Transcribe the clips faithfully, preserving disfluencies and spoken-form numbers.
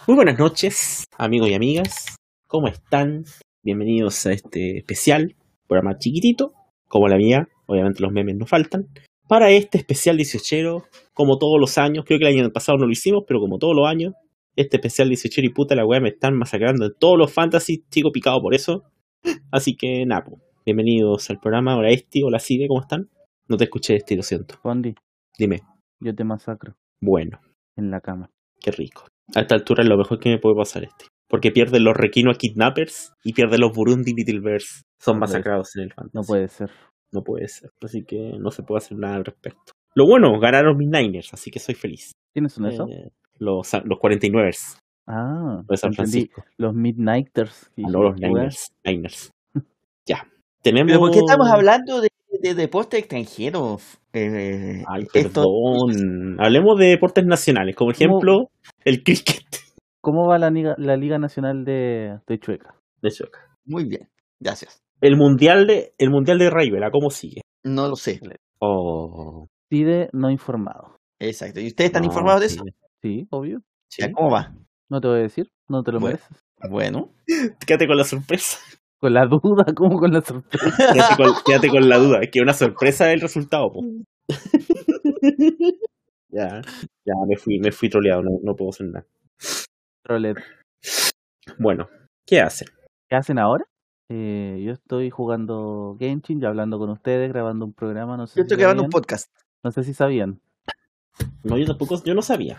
Muy buenas noches, amigos y amigas. ¿Cómo están? Bienvenidos a este especial, programa chiquitito, como la mía. Obviamente los memes no faltan. Para este especial dieciochero, como todos los años, creo que el año pasado no lo hicimos, pero como todos los años, este especial dieciochero y puta la weá me están masacrando en todos los fantasy, sigo picado por eso. Así que nada, pues, bienvenidos al programa. Hola Esti, hola Cide, ¿cómo están? No te escuché, Esti, lo siento. Fondi, Dime. yo te masacro Bueno, en la cama. qué rico. A esta altura es lo mejor que me puede pasar, este. Porque pierden los Requino Kidnappers y pierden los Burundi Little Bears. Son No puede masacrados en el fantasy. No puede ser. No puede ser. Así que no se puede hacer nada al respecto. Lo bueno, ganaron mis Niners, así que soy feliz. ¿Quiénes son esos? Eh, los, los cuarenta y nueve ers Ah, de San entendí. Francisco. Los Midnighters. Ah, no, los Niners. Niners. Ya. Tenemos... ¿Pero por qué estamos hablando de, de deportes extranjeros? Eh, Ay, esto- perdón. Hablemos de deportes nacionales, como ejemplo, el cricket. ¿Cómo va la Liga, la Liga Nacional de, de Chueca? De hecho, Muy bien, gracias. el mundial de el mundial de Raibela, ¿cómo sigue? No lo sé. Oh, Pide no informado. Exacto. ¿Y ustedes están no, informados de sí, eso? Sí, obvio. sí. Ya, ¿cómo va? No te voy a decir, no te lo Bueno. mereces. Bueno. Quédate con la sorpresa. Con la duda, ¿cómo con la sorpresa? Quédate con, quédate con la duda. Es que una sorpresa es el resultado, po. Ya, ya me fui, me fui troleado, no, no puedo hacer nada. Trolet. Bueno, ¿qué hacen? ¿Qué hacen ahora? Eh, yo estoy jugando Genshin, ya hablando con ustedes, grabando un programa, no sé Yo si estoy grabando un sabían. podcast. No sé si sabían. No, yo tampoco, yo no sabía.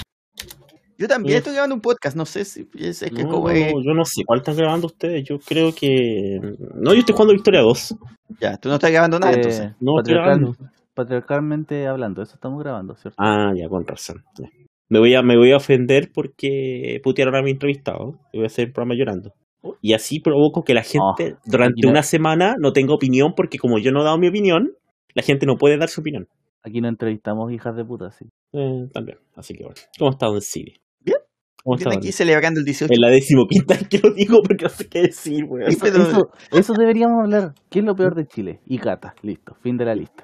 Yo también Sí. estoy grabando un podcast. No sé si es, es que No, como no, eh, no, yo no sé cuál están grabando ustedes. Yo creo que... No, yo estoy jugando Victoria dos. Ya, tú no estás grabando nada Eh, entonces. No, estoy patriarcal- grabando. patriarcalmente hablando, eso estamos grabando, ¿cierto? Ah, ya, con razón. Ya. Me voy a, me voy a ofender porque putearon a mi entrevistado. Y voy a hacer el programa llorando. Y así provoco que la gente Oh, durante aquí no- una semana no tenga opinión, porque como yo no he dado mi opinión, la gente no puede dar su opinión. Aquí no entrevistamos hijas de puta, sí. Eh, también. Así que bueno. ¿Cómo está Don Cidi? Bien. ¿Cómo Viene está aquí Don? celebrando el dieciocho. En la decimoquinta vez que lo digo porque no sé qué decir, weón. Sí, Eso, pero- eso, eso deberíamos hablar. ¿Qué es lo peor de Chile? Y Cata, listo, fin de la lista.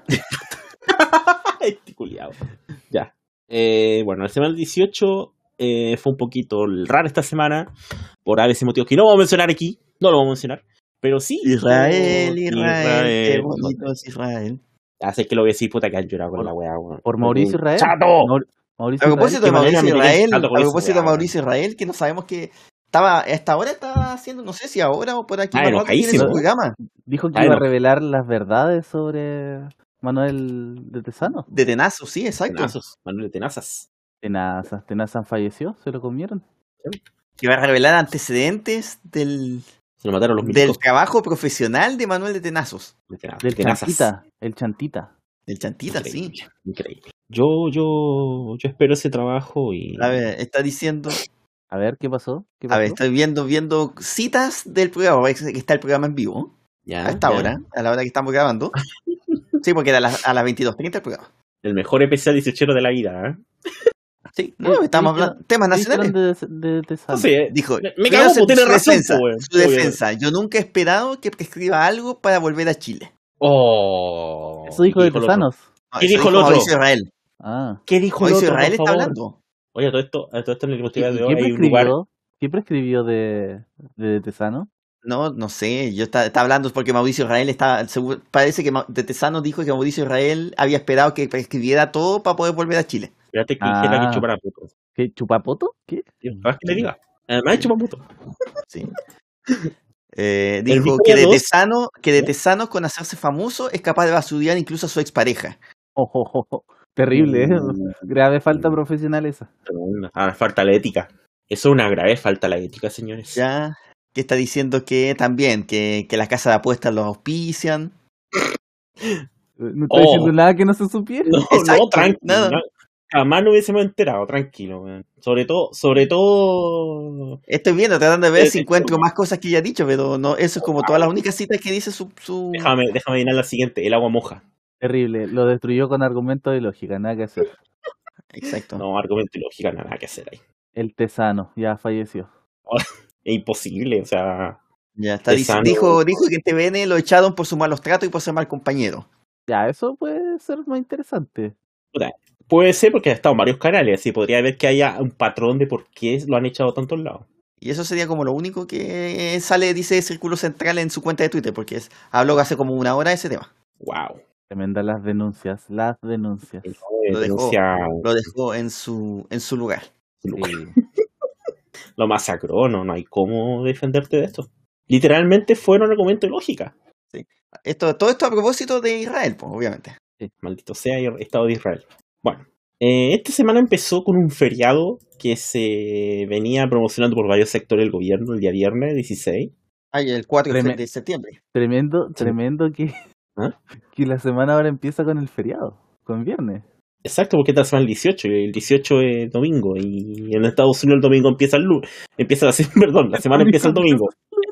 Este culiao. Ya. Eh, bueno, la semana del dieciocho eh, fue un poquito rara esta semana, por a veces motivos que no vamos a mencionar aquí, no lo vamos a mencionar, pero sí. Israel, oh, Israel, qué Israel. bonito es Israel. Hace que lo voy a decir, puta, que han llorado con Por- la weá, weón. Por Mauricio Israel. ¡Chato! Maur- Mauricio A Israel. propósito qué de manera Mauricio me tienen Israel, chato con a esa propósito weá, de Mauricio Israel, que no sabemos que estaba, hasta ahora está haciendo, no sé si ahora o por aquí, Ah, más rato tiene su enojadísimo. programa Dijo que Ah, iba a no. revelar las verdades sobre Manuel de Tesano. de Tenazo, sí, exacto. Tenazos, Manuel de Tenazas. Tenazas, Tenazas falleció, se lo comieron. Que va a revelar antecedentes del, Se lo mataron los del milicos. trabajo profesional de Manuel de Tenazos. De Tenazas. Del Tenazas. Chantita, el Chantita. Del Chantita, sí. Increíble, increíble. Yo, yo, yo espero ese trabajo y... A ver, está diciendo. A ver, ¿qué pasó? ¿Qué A pasó? ver, estoy viendo, viendo citas del programa. Parece que está el programa en vivo. Ya, A esta ya. hora, a la hora que estamos grabando. Sí, porque era a las, a las veintidós treinta el programa. El mejor especial dieciochero de la vida, ¿eh? Sí, no, ¿Qué- estamos qué hablando temas ¿Qué dijeron nacionales. de, de Tesano? No sé, Dijo, Me- me primero cago, su- pues, tiene su razón, defensa, pues, weón. su defensa. Yo nunca he esperado que escriba algo para volver a Chile. Oh. Eso dijo ¿Qué de el otro? Tesanos. No, ¿Qué eso dijo el otro? Mauricio Israel. Ah. ¿Qué dijo el Mauricio otro, Israel por está favor? hablando. Oye, todo esto, todo esto en el ¿Y, motivo y de qué hoy hay un lugar. prescribió? ¿Qué prescribió de, de Tesano? No, no sé, yo está, está hablando porque Mauricio Israel está, seguro- parece que Ma- de Tesano dijo que Mauricio Israel había esperado que escribiera todo para poder volver a Chile. Espérate que dijera Ah. que chupara puto. ¿Qué? ¿Chupapoto? ¿Qué? ¿Sabes qué le diga? Además, chupa puto. Sí. Eh, El dijo Victoria que de dos. Tesano, que de ¿Ya? Tesano con hacerse famoso es capaz de basurear incluso a su expareja. Oh, oh, oh, oh. Terrible, ¿eh? Mm. Grave falta profesional esa. Ah, falta la ética. Eso es una grave falta la ética, señores. Ya, que está diciendo que también, que, que las casas de apuestas los auspician. No estoy Oh. diciendo nada que no se supiera. No, Exacto, no, tranquilo. nada. no. Jamás no hubiésemos enterado, tranquilo, weón. Sobre todo, sobre todo. Estoy viendo, tratando de ver Eh, si eh, encuentro más cosas que ya ha dicho, pero no, eso es como todas las únicas citas que dice su... su... Déjame, déjame adivinar la siguiente, el agua moja. Terrible, lo destruyó con argumentos de lógica, nada que hacer. Exacto. No, argumento y lógica, nada que hacer ahí. El Tesano ya falleció. Es imposible, o sea. Ya está, dice- Tesano. dijo, dijo que en T V N lo echaron por sus malos tratos y por ser mal compañero. Ya, eso puede ser más interesante. Puede ser porque ha estado en varios canales, así podría ver que haya un patrón de por qué lo han echado a tantos lados. Y eso sería como lo único que sale, dice Círculo Central en su cuenta de Twitter, porque es, habló hace como una hora de ese tema. Wow. Tremendas las denuncias, las denuncias. Lo dejó, lo dejó en su en su lugar. Sí. Lo masacró, no, no hay cómo defenderte de esto. Literalmente fue un argumento de lógica. Sí. Esto, todo esto a propósito de Israel, pues, obviamente. Sí, maldito sea el Estado de Israel. Bueno, eh, esta semana empezó con un feriado que se venía promocionando por varios sectores del gobierno el día viernes dieciséis. Ay, el cuatro Treme- de septiembre. Tremendo, Sí. tremendo que, ¿Ah? que la semana ahora empieza con el feriado, con viernes. Exacto, porque esta semana el dieciocho, y el dieciocho es domingo, y en Estados Unidos el domingo empieza el lunes, empieza la semana, perdón, la semana empieza el domingo.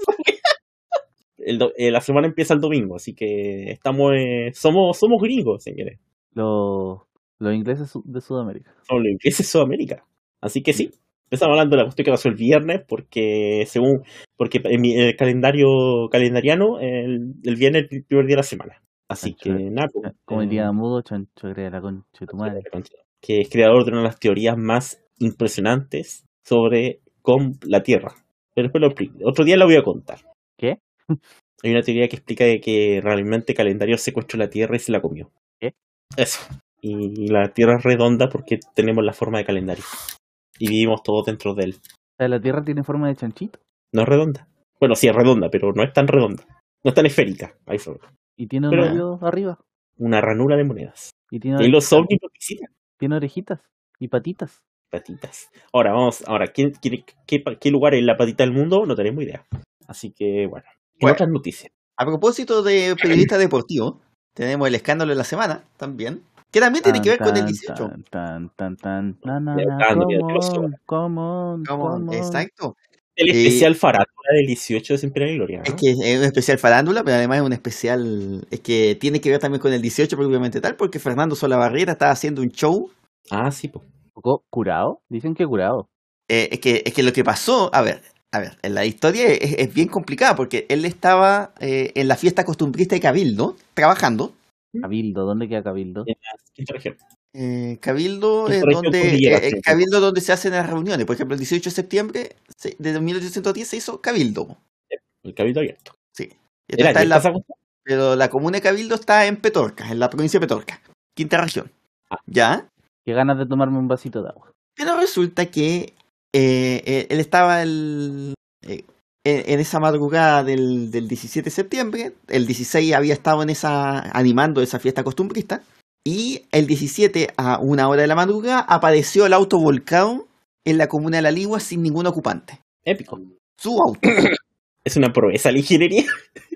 El do- eh, la semana empieza el domingo, así que estamos, eh, somos, somos gringos, señores. Los, los ingleses su- de Sudamérica. Somos los ingleses de Sudamérica. Así que sí, empezamos hablando de la cuestión que pasó el viernes, porque según, porque en mi- en el calendario calendariano, el, el viernes es el primer día de la semana. Así que Chancho, nada, pues, Como eh, diría Mudo, chancho crea la concha de tu madre. que es creador de una de las teorías más impresionantes sobre con la Tierra. Pero después lo explico. Otro día lo voy a contar. ¿Qué? Hay una teoría que explica de que realmente Calendario secuestró la Tierra y se la comió. ¿Qué? Eso. Y la Tierra es redonda porque tenemos la forma de Calendario. Y vivimos todos dentro de él. O sea, la Tierra tiene forma de chanchito No es redonda. Bueno, sí es redonda, pero no es tan redonda. No es tan esférica. Ahí fue. y tiene un Pero- hoyo arriba. Una ranura de monedas. Y tiene, Y ahí los orejitas, ovnis lo visitan. tiene orejitas y patitas. Patitas. Ahora, vamos, ahora, ¿quién, quién- qué, pa- qué lugar es la patita del mundo? No tenemos idea. Así que, bueno. En Bueno. otras noticias. A propósito de periodista deportivo, tenemos el escándalo de la semana también, que también tiene que ver con el dieciocho. Tan, tan, tan, tan, na, na, Ya, na, calma, ya, come ¿qué pasó? on, come on, Como- come on. exacto. El Eh, especial farándula del dieciocho de Siempre en Gloria, ¿no? Es que es un especial farándula, pero además es un especial. Es que tiene que ver también con el dieciocho, propiamente tal, porque Fernando Solabarrieta estaba haciendo un show. Ah, sí, pues. ¿Poco curado? Dicen que curado. Eh, es, que, es que lo que pasó, a ver, a ver, en la historia es, es bien complicada, porque él estaba eh, en la fiesta costumbrista de Cabildo, trabajando. Cabildo, ¿dónde queda Cabildo? En la quinta región. Eh, Cabildo Quinta es región donde, cordillera, eh, eh, sí. Cabildo donde se hacen las reuniones. Por ejemplo, el dieciocho de septiembre se- de mil ochocientos diez se hizo Cabildo. El cabildo abierto. Sí. Esto Era está en abierta la, esa cuestión. pero la comuna de Cabildo está en Petorca, en la provincia de Petorca, quinta región. Ah. ¿Ya? Qué ganas de tomarme un vasito de agua. Pero resulta que eh, eh, él estaba el, eh, en, en esa madrugada del, del diecisiete de septiembre. El dieciséis había estado en esa animando esa fiesta costumbrista. Y el diecisiete, a una hora de la madrugada, apareció el auto volcado en la comuna de La Ligua sin ningún ocupante. Épico. Su auto. Es una proeza la ingeniería.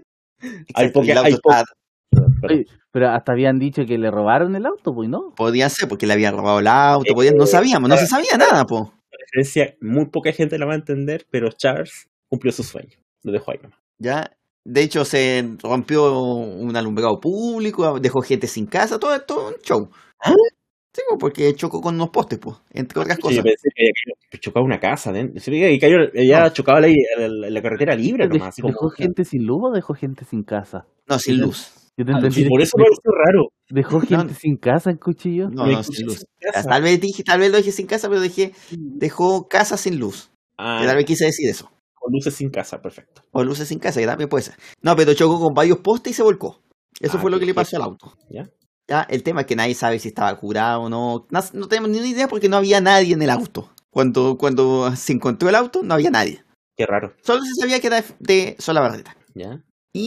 Hay Exacto, y el poca- auto hay estaba- Oye, pero hasta habían dicho que le robaron el auto, pues, ¿no? podía ser porque le habían robado el auto. Eh, podía- no sabíamos, no se sabía nada, po. referencia, muy poca gente la va a entender, pero Charles cumplió su sueño. Lo dejó ahí nomás. ¿Ya? De hecho, se rompió un alumbrado público, dejó gente sin casa, todo esto un show. ¿Ah? Sí, pues, porque chocó con unos postes, pues, entre otras Yo cosas. pensé que había chocado una casa. ¿eh? Yo creía que cayó, ya No. chocaba la, la, la carretera libre ¿Dej- nomás. Así como, ¿Dejó gente sin luz o dejó gente sin casa? No, sin luz. Yo te Ah, entendí. por que eso me dejó, pareció raro. dejó gente sin casa en cuchillo. No, Me no, escuché sin luz. sin casa. Tal vez dije, tal vez lo dije sin casa, pero dejé, dejó casa sin luz. Ah, Que tal vez quise decir eso. con luces sin casa, perfecto. O luces sin casa, que también puede ser. No, pero chocó con varios postes y se volcó. Eso Ah, fue lo qué que le pasó jefe. al auto. ¿Ya? Ya, el tema es que nadie sabe si estaba curado o no. No, no tenemos ni una idea porque no había nadie en el auto. Cuando, cuando se encontró el auto, no había nadie. Qué raro. Solo se sabía que era de, de Solabarrieta. ¿Ya?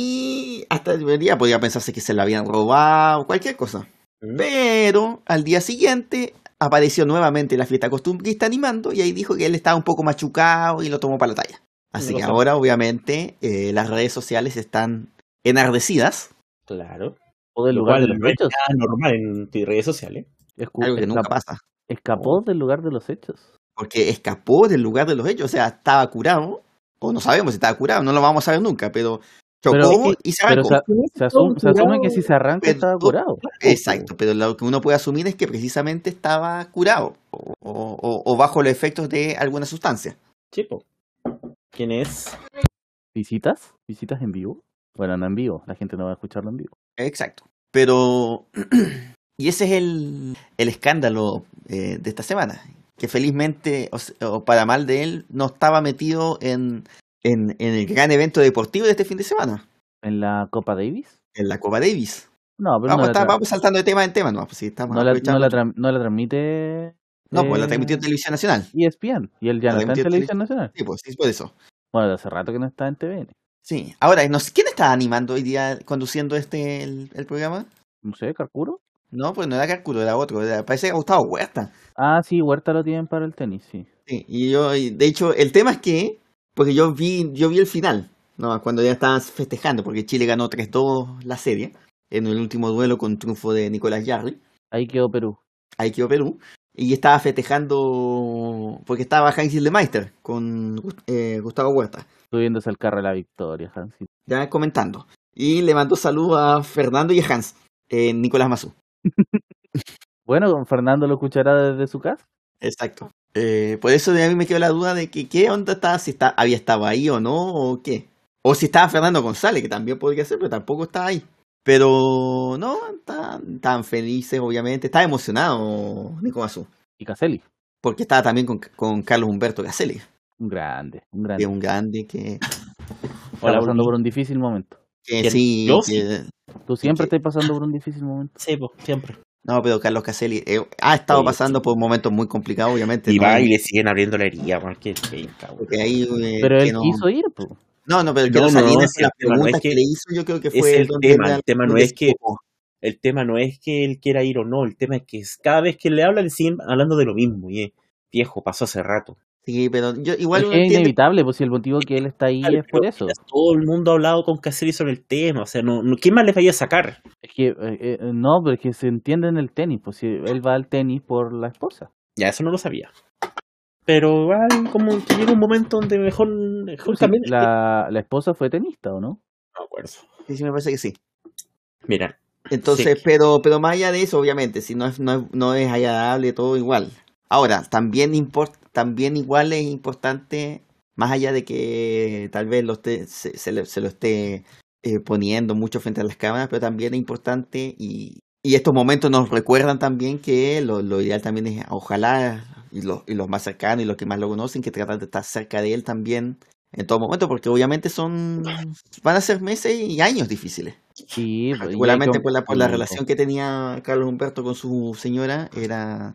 Y hasta el día podría pensarse que se lo habían robado, cualquier cosa. ¿Mm? Pero al día siguiente apareció nuevamente la fiesta costumbrista animando y ahí dijo que él estaba un poco machucado y lo tomó para la talla. Así Lo que sabe. ahora obviamente eh, las redes sociales están enardecidas, Claro. O del Lo lugar cual de los no es hechos. nada normal en tus redes sociales. Escu- algo que nunca escapó, pasa, escapó del lugar de los hechos. porque escapó del lugar de los hechos, o sea, estaba curado, o no sabemos si estaba curado, no lo vamos a saber nunca, pero chocó Pero- y se Pero arrancó. se, se asum- se asume que si se arranca Pero estaba tú- curado. Exacto, pero lo que uno puede asumir es que precisamente estaba curado o, o- o bajo los efectos de alguna sustancia. Chipo. ¿Quién es? ¿Visitas? ¿Visitas en vivo? Bueno, no en vivo. La gente no va a escucharlo en vivo. Exacto. Pero Y ese es el, el escándalo eh, de esta semana, que felizmente, o, s- o para mal de él, no estaba metido en, en, en el gran evento deportivo de este fin de semana, ¿En la Copa Davis? en la Copa Davis. No, pero no Vamos, la, está- tra- vamos saltando de tema en tema, ¿no? Pues sí, estamos no la, no aprovechando. la, tra- no la transmite No, pues la eh, transmitió en Televisión Nacional. E S P N. Y él ya La no está en transmitió en Televisión Televisión. Nacional. Sí, pues sí, por eso. Bueno, de hace rato que no está en T V N. Sí. Ahora, no sé, ¿quién está animando hoy día, conduciendo este el, el programa? No sé, ¿Carcuro? No, pues no era Cálculo, era otro. Era- parece que Gustavo Huerta. Ah, sí, Huerta lo tienen para el tenis, sí. Sí, y yo, y de hecho, el tema es que, porque yo vi, yo vi el final, ¿no? Cuando ya estaban festejando, porque Chile ganó tres dos la serie, en el último duelo con triunfo de Nicolás Jarry, Ahí quedó Perú. ahí quedó Perú, y estaba festejando, porque estaba Heinz Meister con eh, Gustavo Huerta, Subiéndose al carro de la victoria, Hansi. ya comentando. Y le mandó salud a Fernando y a Hans, eh, Nicolás Mazú. Bueno, don Fernando lo escuchará desde su casa. Exacto. Eh, por eso de a mí me quedó la duda de que qué onda estaba, si está, había estado ahí o no, o qué. O si estaba Fernando González, que también podría ser, pero tampoco estaba ahí. Pero no, estaban, estaban felices, obviamente. Estaba emocionado Nico Mazú, Y Caselli, porque estaba también con, con Carlos Humberto Caselli, un grande, un que grande. es un grande que, Está Hola, pasando volví. por un difícil momento. que ¿Quién? sí, ¿Yo? que- Tú siempre que- estás pasando por un difícil momento. Sí, pues, siempre. no, pero Carlos Caselli eh, ha estado Sí, pasando sí. por momentos muy complicados, obviamente. Y no, va y le siguen abriendo la herida, man, qué penca, weón. porque ahí, eh, Pero que él no, quiso ir, pues. no, no, pero el que No, no, no, Salinas, no, con si las el tema no preguntas es que, que- le hizo, yo creo que es fue el donde tema, él- el tema no donde es se que- equivocó. El tema no es que él quiera ir o no, el tema es que es- cada vez que le habla le siguen hablando de lo mismo. Y es, viejo, pasó hace rato. Sí, pero yo igual Es uno que es entiende. inevitable, pues si el motivo que él está ahí es por Pero eso. ya todo el mundo ha hablado con Caselli sobre el tema. O sea, no, no, ¿quién más le vaya a sacar? Es que, eh, eh, no, pero es que se entiende en el tenis, pues si él va al tenis por la esposa. Ya, eso no lo sabía. Pero ay, como que llega un momento donde mejor, mejor Pues, sí, también. la, la esposa fue tenista, ¿o no? No me acuerdo. Sí, sí, me parece que sí. Mira, Entonces, Sí. pero, pero más allá de eso, obviamente, si no es, no es, no es agradable, todo igual. Ahora, también import, también igual es importante, más allá de que tal vez lo esté, se, se, le- se lo esté eh, poniendo mucho frente a las cámaras, pero también es importante y, y estos momentos nos recuerdan también que lo, lo ideal también es, ojalá, y los, y los más cercanos y los que más lo conocen, que tratan de estar cerca de él también en todo momento, porque obviamente son, van a ser meses y años difíciles. Sí, pues, y hay Particularmente que- por la, por la sí, relación que tenía Carlos Humberto con su señora, era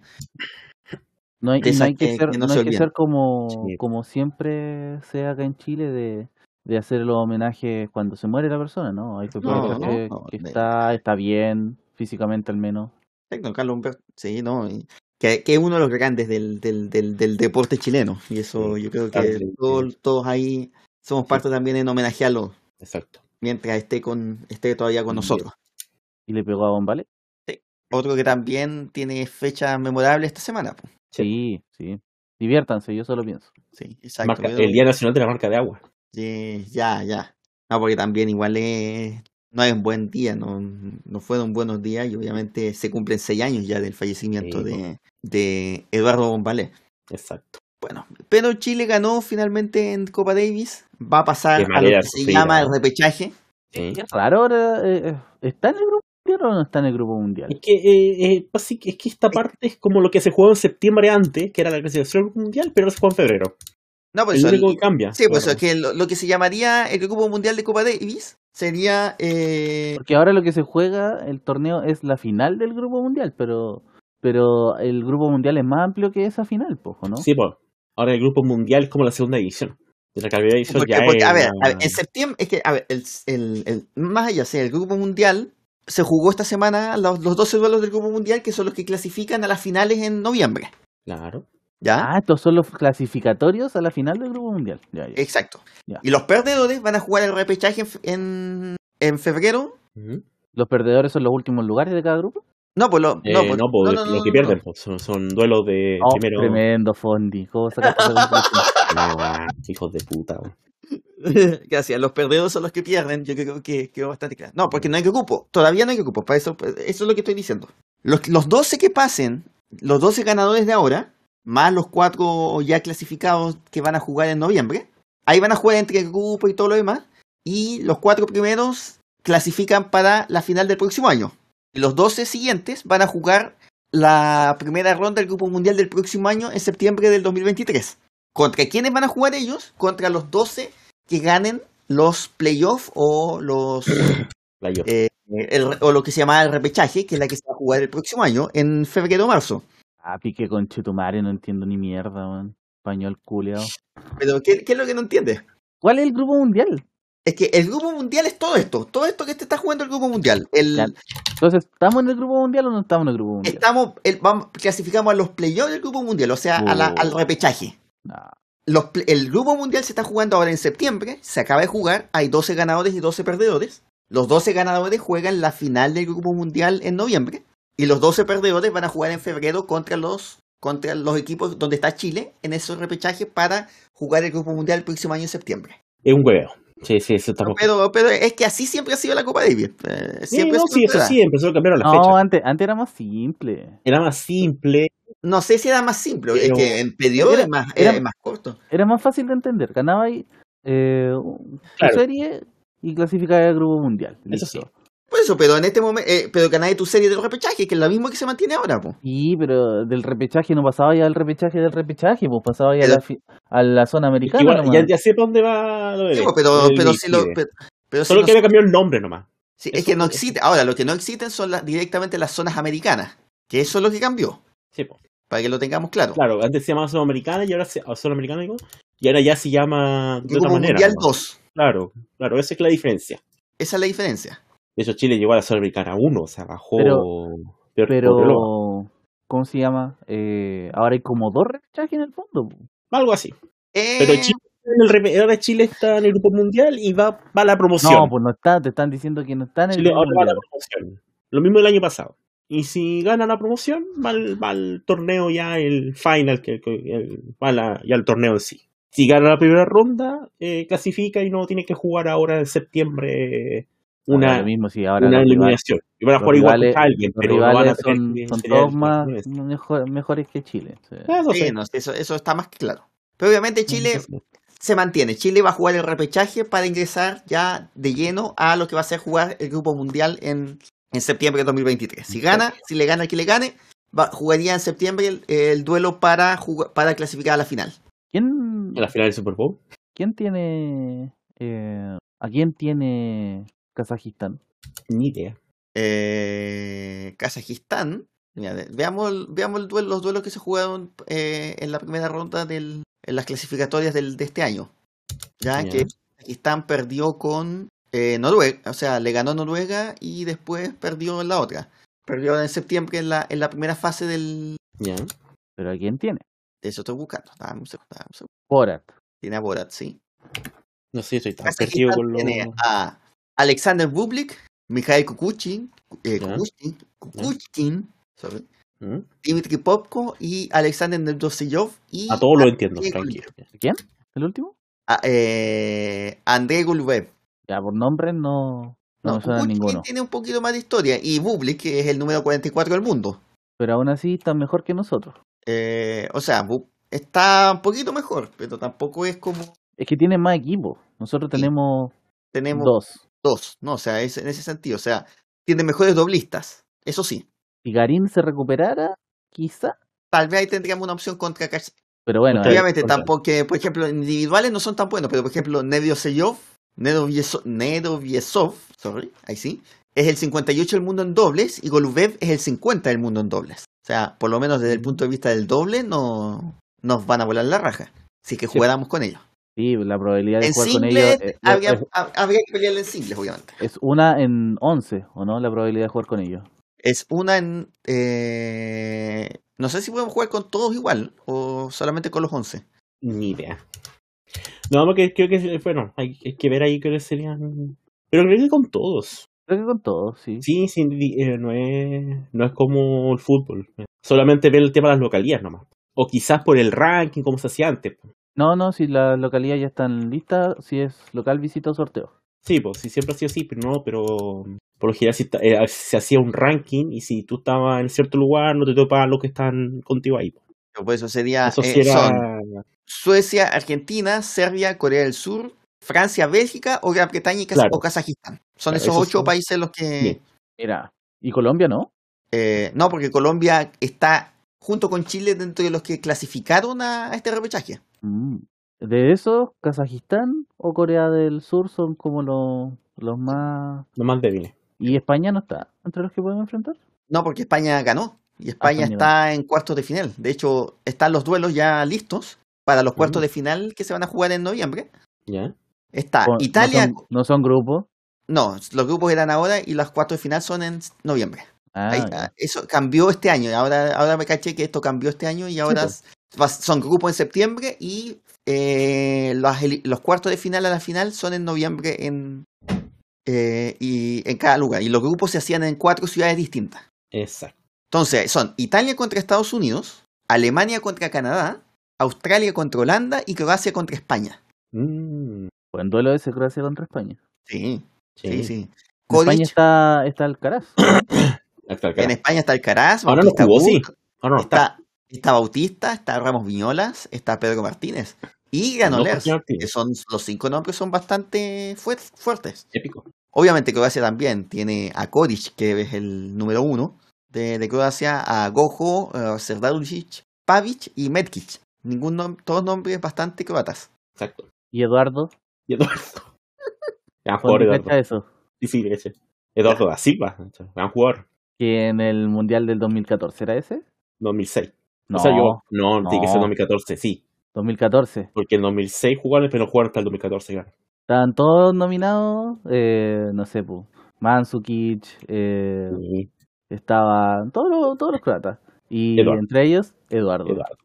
No hay, de y no esas hay que, que- ser, que no no se hay que olvidan. ser como, Sí. como siempre se haga en Chile de, de hacer los homenajes cuando se muere la persona, ¿no? Hay folcloristas No, que, no, que de- está, está bien, físicamente al menos. Exacto, Carlos Humberto, sí, no, y que, que es uno de los grandes del, del, del, del deporte chileno, y eso Sí, yo creo que totalmente. todos, todos ahí somos Sí. parte también en homenajearlo exacto. mientras esté con esté todavía con Sí. nosotros. Y le pegó a Bombale. Otro que también tiene fecha memorable esta semana, po. Sí, sí. Diviértanse, yo solo pienso. Sí, exacto. Marca- pero- el Día Nacional de la Marca de Agua. Sí, ya, ya. No, porque también igual es, no es un buen día, no, no fueron buenos días y obviamente se cumplen seis años ya del fallecimiento Sí, de, de Eduardo Bombalé. Exacto. Bueno, pero Chile ganó finalmente en Copa Davis, va a pasar De a lo manera que se sufrida, llama el ¿no? repechaje. Sí. Es raro ahora, eh, eh, ¿está en el grupo mundial o no está en el grupo mundial? Es que, eh, eh, así que- es que esta parte es como lo que se jugó en septiembre antes, que era la clasificación mundial, pero se jugó en febrero. No, pues Es lo eso, único el- que cambia. sí, pues claro. eso, que lo, lo que se llamaría el Grupo Mundial de Copa Davis sería eh, Porque ahora lo que se juega, el torneo es la final del grupo mundial, pero pero el grupo mundial es más amplio que esa final, pojo, ¿no? Sí, pues. Ahora el grupo mundial es como la segunda división. De la calidad división Porque, ya porque, es a ver, la- a ver, en septiembre, es que, a ver, el, el, el- más allá, o sea, el Grupo Mundial se jugó esta semana los, los doce duelos del Grupo Mundial, que son los que clasifican a las finales en noviembre, Claro. ¿ya? Ah, estos son los clasificatorios a la final del grupo mundial. Ya, ya. Exacto. Ya. Y los perdedores van a jugar el repechaje en, fe- en, en febrero. Ujú. ¿Los perdedores son los últimos lugares de cada grupo? No, pues lo, Eh, no, no, pues, pues, no, no, lo no, que no, pierden no. pues, son, son duelos de Oh, primero. tremendo, Fondi. ¿Cómo sacaste esa conclusión? Ah, hijos de puta. weón. Gracias, los perdedores son los que pierden, yo creo que quedó bastante claro. No, porque no hay que cupo, todavía no hay que cupo, para eso, eso es lo que estoy diciendo. Los, los doce que pasen, los doce ganadores de ahora, más los cuatro ya clasificados que van a jugar en noviembre, ahí van a jugar entre el grupo y todo lo demás, y los cuatro primeros clasifican para la final del próximo año. Y los doce siguientes van a jugar la primera ronda del Grupo Mundial del próximo año en septiembre del dos mil veintitrés. ¿Contra quiénes van a jugar ellos? Contra los doce que ganen los playoffs o los Playoff. eh, el- o lo que se llama el repechaje, que es la que se va a jugar el próximo año, en febrero o marzo. Ah, pique con Chetumare, no entiendo ni mierda, weón. Español culeado. Pero, ¿qué, qué es lo que no entiendes? ¿Cuál es el grupo mundial? Es que el Grupo Mundial es todo esto. Todo esto que te está jugando el Grupo Mundial. El, Ya. Entonces, ¿estamos en el grupo mundial o no estamos en el grupo mundial? estamos, el, vamos, clasificamos a los playoffs del Grupo Mundial, o sea, a la- al Oh. repechaje. Nah. Los, pl- el Grupo Mundial se está jugando ahora en septiembre, se acaba de jugar, hay doce ganadores y doce perdedores. Los doce ganadores juegan la final del Grupo Mundial en noviembre y los doce perdedores van a jugar en febrero contra los contra los equipos donde está Chile en esos repechajes para jugar el Grupo Mundial el próximo año en septiembre. Es un hueveo. Sí, sí, eso estamos. Pero, pero es que así siempre ha sido la Copa Davis. Eh, Sí, siempre no, ha sido sí, eso verdad. siempre, solo cambiaron la No, fecha. antes, antes era más simple. Era más simple. No sé si era más simple, es Pero- que en periodo Era- es más, era- es más corto. Era más fácil de entender. Ganaba ahí eh, tu Claro. serie y clasificaba al grupo mundial. Eso Listo. sí. Por eso, pero en este momento, eh, pero ganáis tu serie de los repechajes, que es lo mismo que se mantiene ahora, po. Sí, pero del repechaje no pasaba ya al repechaje del repechaje, pues pasaba ya a Pero- la, fi- a la zona americana. Igual, nomás. ya, ya sé para dónde va lo de Sí, po, pero, el pero si lo, Liquide. pero, pero si Solo no- que había cambiado el nombre nomás. sí, es eso- que no existe. Ahora, lo que no existen son las, directamente las zonas americanas, que eso es lo que cambió, Sí, po. para que lo tengamos claro. Claro, antes se llamaba zona americana y ahora se, o zona americana digo, y ahora ya se llama de otra Grupo manera. Mundial nomás. dos, Claro, claro, esa es la diferencia. esa es la diferencia. De hecho, Chile llegó a la zona americana uno, o sea, bajó. Pero- peor que Pero, Cobreloa. ¿cómo se llama? Eh, ahora hay como dos repechajes en el fondo. po. Algo así. Eh, Pero Chile, en el repe- ahora Chile está en el grupo mundial y va, va a la promoción. No, pues no está, te están diciendo que no está en el Chile grupo ahora va a la mundial. promoción. Lo mismo del año pasado. Y si gana la promoción, va al, va al torneo ya, el final, que, que- el- va a la- ya al torneo en sí. Si gana la primera ronda, eh, clasifica y no tiene que jugar ahora en septiembre Ahora una, lo mismo, sí, ahora una los rivales- eliminación. Y van a los jugar igual rivales- contra alguien, los pero no van a rivales tener son, que son sería todos el- más el- el- mejor- mejores que Chile. sí. Eso sí, sí. no, eso, eso está más que claro. Pero obviamente Chile Eso sí. se mantiene. Chile va a jugar el repechaje para ingresar ya de lleno a lo que va a ser jugar el Grupo Mundial en, en septiembre de dos mil veintitrés. Si gana, si le gana al que le gane, va, jugaría en septiembre el, el duelo para, jugar, para clasificar a la final. ¿Quién, En la final del Super Bowl. quién tiene... eh, ¿A quién tiene Kazajistán? Ni idea. Eh, Kazajistán. Mira, ve- veamos, el- veamos el duelo, los duelos que se jugaron eh, en la primera ronda del, en las clasificatorias del, de este año. Ya Ya. que Kazajistán perdió con eh, Noruega, o sea, le ganó Noruega y después perdió en la otra. Perdió en septiembre en la, en la primera fase del... Ya. ¿Pero a quién tiene? De eso estoy buscando. Dame un segundo, dame un segundo. Borat. Tiene a Borat, sí. No sé, estoy tan perdido Kazajistán con los. tiene a Alexander Bublik, Mikhail Kukushkin, eh, Ya. Kukushkin, Kukushkin, sorry, ¿Mm? Dmitry Popko y Alexander Nevrosiyov y A todos lo entiendo, Andrei tranquilo. ¿A quién? ¿El último? a- eh, Andrei Golubev. Ya, por nombre no, no, No, me suena Kukushkin ninguno. tiene un poquito más de historia y Bublik, que es el número cuarenta y cuatro del mundo. Pero aún así está mejor que nosotros. Eh, o sea, Bu- está un poquito mejor, pero tampoco es como Es que tiene más equipos. Nosotros Sí. tenemos tenemos dos. dos, ¿no? O sea, es en ese sentido, o sea, tiene mejores doblistas, eso sí. Si Garín se recuperara, quizá. Tal vez ahí tendríamos una opción contra Kaz- Pero bueno, Contra- ahí- Obviamente, contra- tampoco, que, por ejemplo, individuales no son tan buenos, pero por ejemplo, Nedoviesov, Nedoviesov, Nedoviesov, sorry, ahí sí, es el cincuenta y ocho del mundo en dobles y Golubev es el cincuenta del mundo en dobles. O sea, por lo menos desde el punto de vista del doble, no nos van a volar la raja. Si que Sí. jugáramos con ellos. sí, la probabilidad de En jugar con ellos singles, es, habría, es- hab- habría que pelearle en singles, obviamente. es una en once, ¿o no? La probabilidad de jugar con ellos. Es una en... eh, no sé si podemos jugar con todos igual o solamente con los once. Ni idea. No, porque creo que, bueno, hay, hay que ver ahí que serían. Pero creo que con todos. Creo que con todos, sí. Sí, sí, di- eh, no es no es como el fútbol. Solamente ver el tema de las localías nomás. O quizás por el ranking, como se hacía antes. No, no, si la localidad ya está en lista, si es local, visita o sorteo. Sí, pues sí, siempre ha sido así, pero no, pero por lo general si ta- eh, se hacía un ranking y si tú estabas en cierto lugar no te topaban los que están contigo ahí. Po. Pero por eso sería... Eso eh, sí era. son Suecia, Argentina, Serbia, Corea del Sur, Francia, Bélgica o Gran Bretaña y Kaz- Claro. o Kazajistán. Son Claro, esos esos ocho son- países los que... Bien. Mira, ¿Y Colombia no? Eh, no, porque Colombia está junto con Chile dentro de los que clasificaron a, a este repechaje. Mm. De esos, Kazajistán o Corea del Sur son como los, los más... Lo más débiles. ¿Y España no está entre los que pueden enfrentar? No, porque España ganó. Y España España está en cuartos de final. De hecho, están los duelos ya listos para los cuartos Mm. de final que se van a jugar en noviembre. ¿Ya? Está Con- Italia. No son, no son grupos. No, los grupos eran ahora y los cuartos de final son en noviembre. Ah, Ahí, ya. ah, eso cambió este año. y Ahora, ahora me caché que esto cambió este año y ahora pues. va- son grupos en septiembre y eh, los, eli- los cuartos de final a la final son en noviembre en, eh, y en cada lugar. Y los grupos se hacían en cuatro ciudades distintas. Exacto. Entonces, son Italia contra Estados Unidos, Alemania contra Canadá, Australia contra Holanda y Croacia contra España. Mm, Buen duelo ese Croacia contra España. Sí, sí, sí. sí. En España Kodic, está, está Alcaraz. Hasta el en carajo. España está Alcaraz, Ahora no Bautista jugó, sí. Agut, Ahora no está. está, está Bautista, está Ramos Viñolas, está Pedro Martínez y No, Granollers, Jorge Martínez. que son los cinco nombres son bastante fuer- fuertes. Épico. Obviamente Croacia también tiene a Kodic, que es el número uno de, de Croacia, a Gojo, uh, Serdarulic, Pavic y Metkic. Ningún nom- todos nombres bastante croatas. Exacto. Y Eduardo. Y Eduardo. Gran ¿Dónde jugador, Eduardo. cacha eso? Sí, sí, ese. Eduardo da Silva. Gran jugador. Que en el Mundial del dos mil catorce era ese. dos mil seis. No, O sea, yo. No, no. tiene que ser dos mil catorce, sí. dos mil catorce. Porque en dos mil seis jugaron, pero no jugaron hasta el dos mil catorce, claro. Estaban todos nominados, eh, no sé, pu, Mandzukic, eh, Sí, estaban todos los, todos los croatas. Y Eduardo. entre ellos, Eduardo. Eduardo.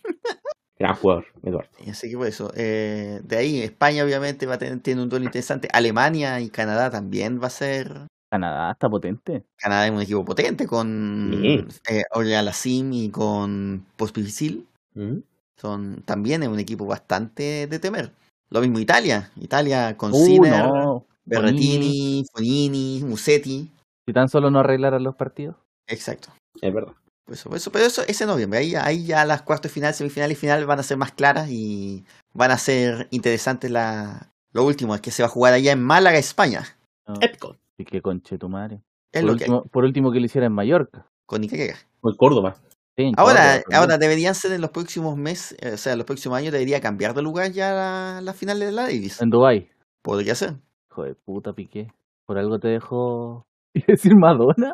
Gran jugador, Eduardo. Y así que por eso, eh, de ahí España obviamente va a tener tiene un duelo interesante. Alemania y Canadá también va a ser. Canadá está potente. Canadá es un equipo potente con Sí. eh, Olia Lassim y con Pospisil. ¿Mm? Son también es un equipo bastante de temer. Lo mismo Italia. Italia con Uh, Sinner, no. Bonini. Berrettini, Fognini, Musetti. Si tan solo no arreglaran los partidos. Exacto. Es verdad. Por eso, por eso, pero eso es en noviembre. Ahí, ahí ya las cuartos de final, semifinal y final van a ser más claras y van a ser interesantes la... Lo último es que se va a jugar allá en Málaga, España. No. Épico. Y que conche tu madre. Es Por lo que hay, último, por último que lo hiciera en Mallorca. con Icaquega. O en Córdoba. Sí, en Ahora, Córdoba también. ahora deberían ser en los próximos meses, eh, o sea, en los próximos años debería cambiar de lugar ya la, la final de la Davis. En Dubái. Podría ser. Hijo de puta, Piqué. Por algo te dejó... ¿Iba a decir Madonna?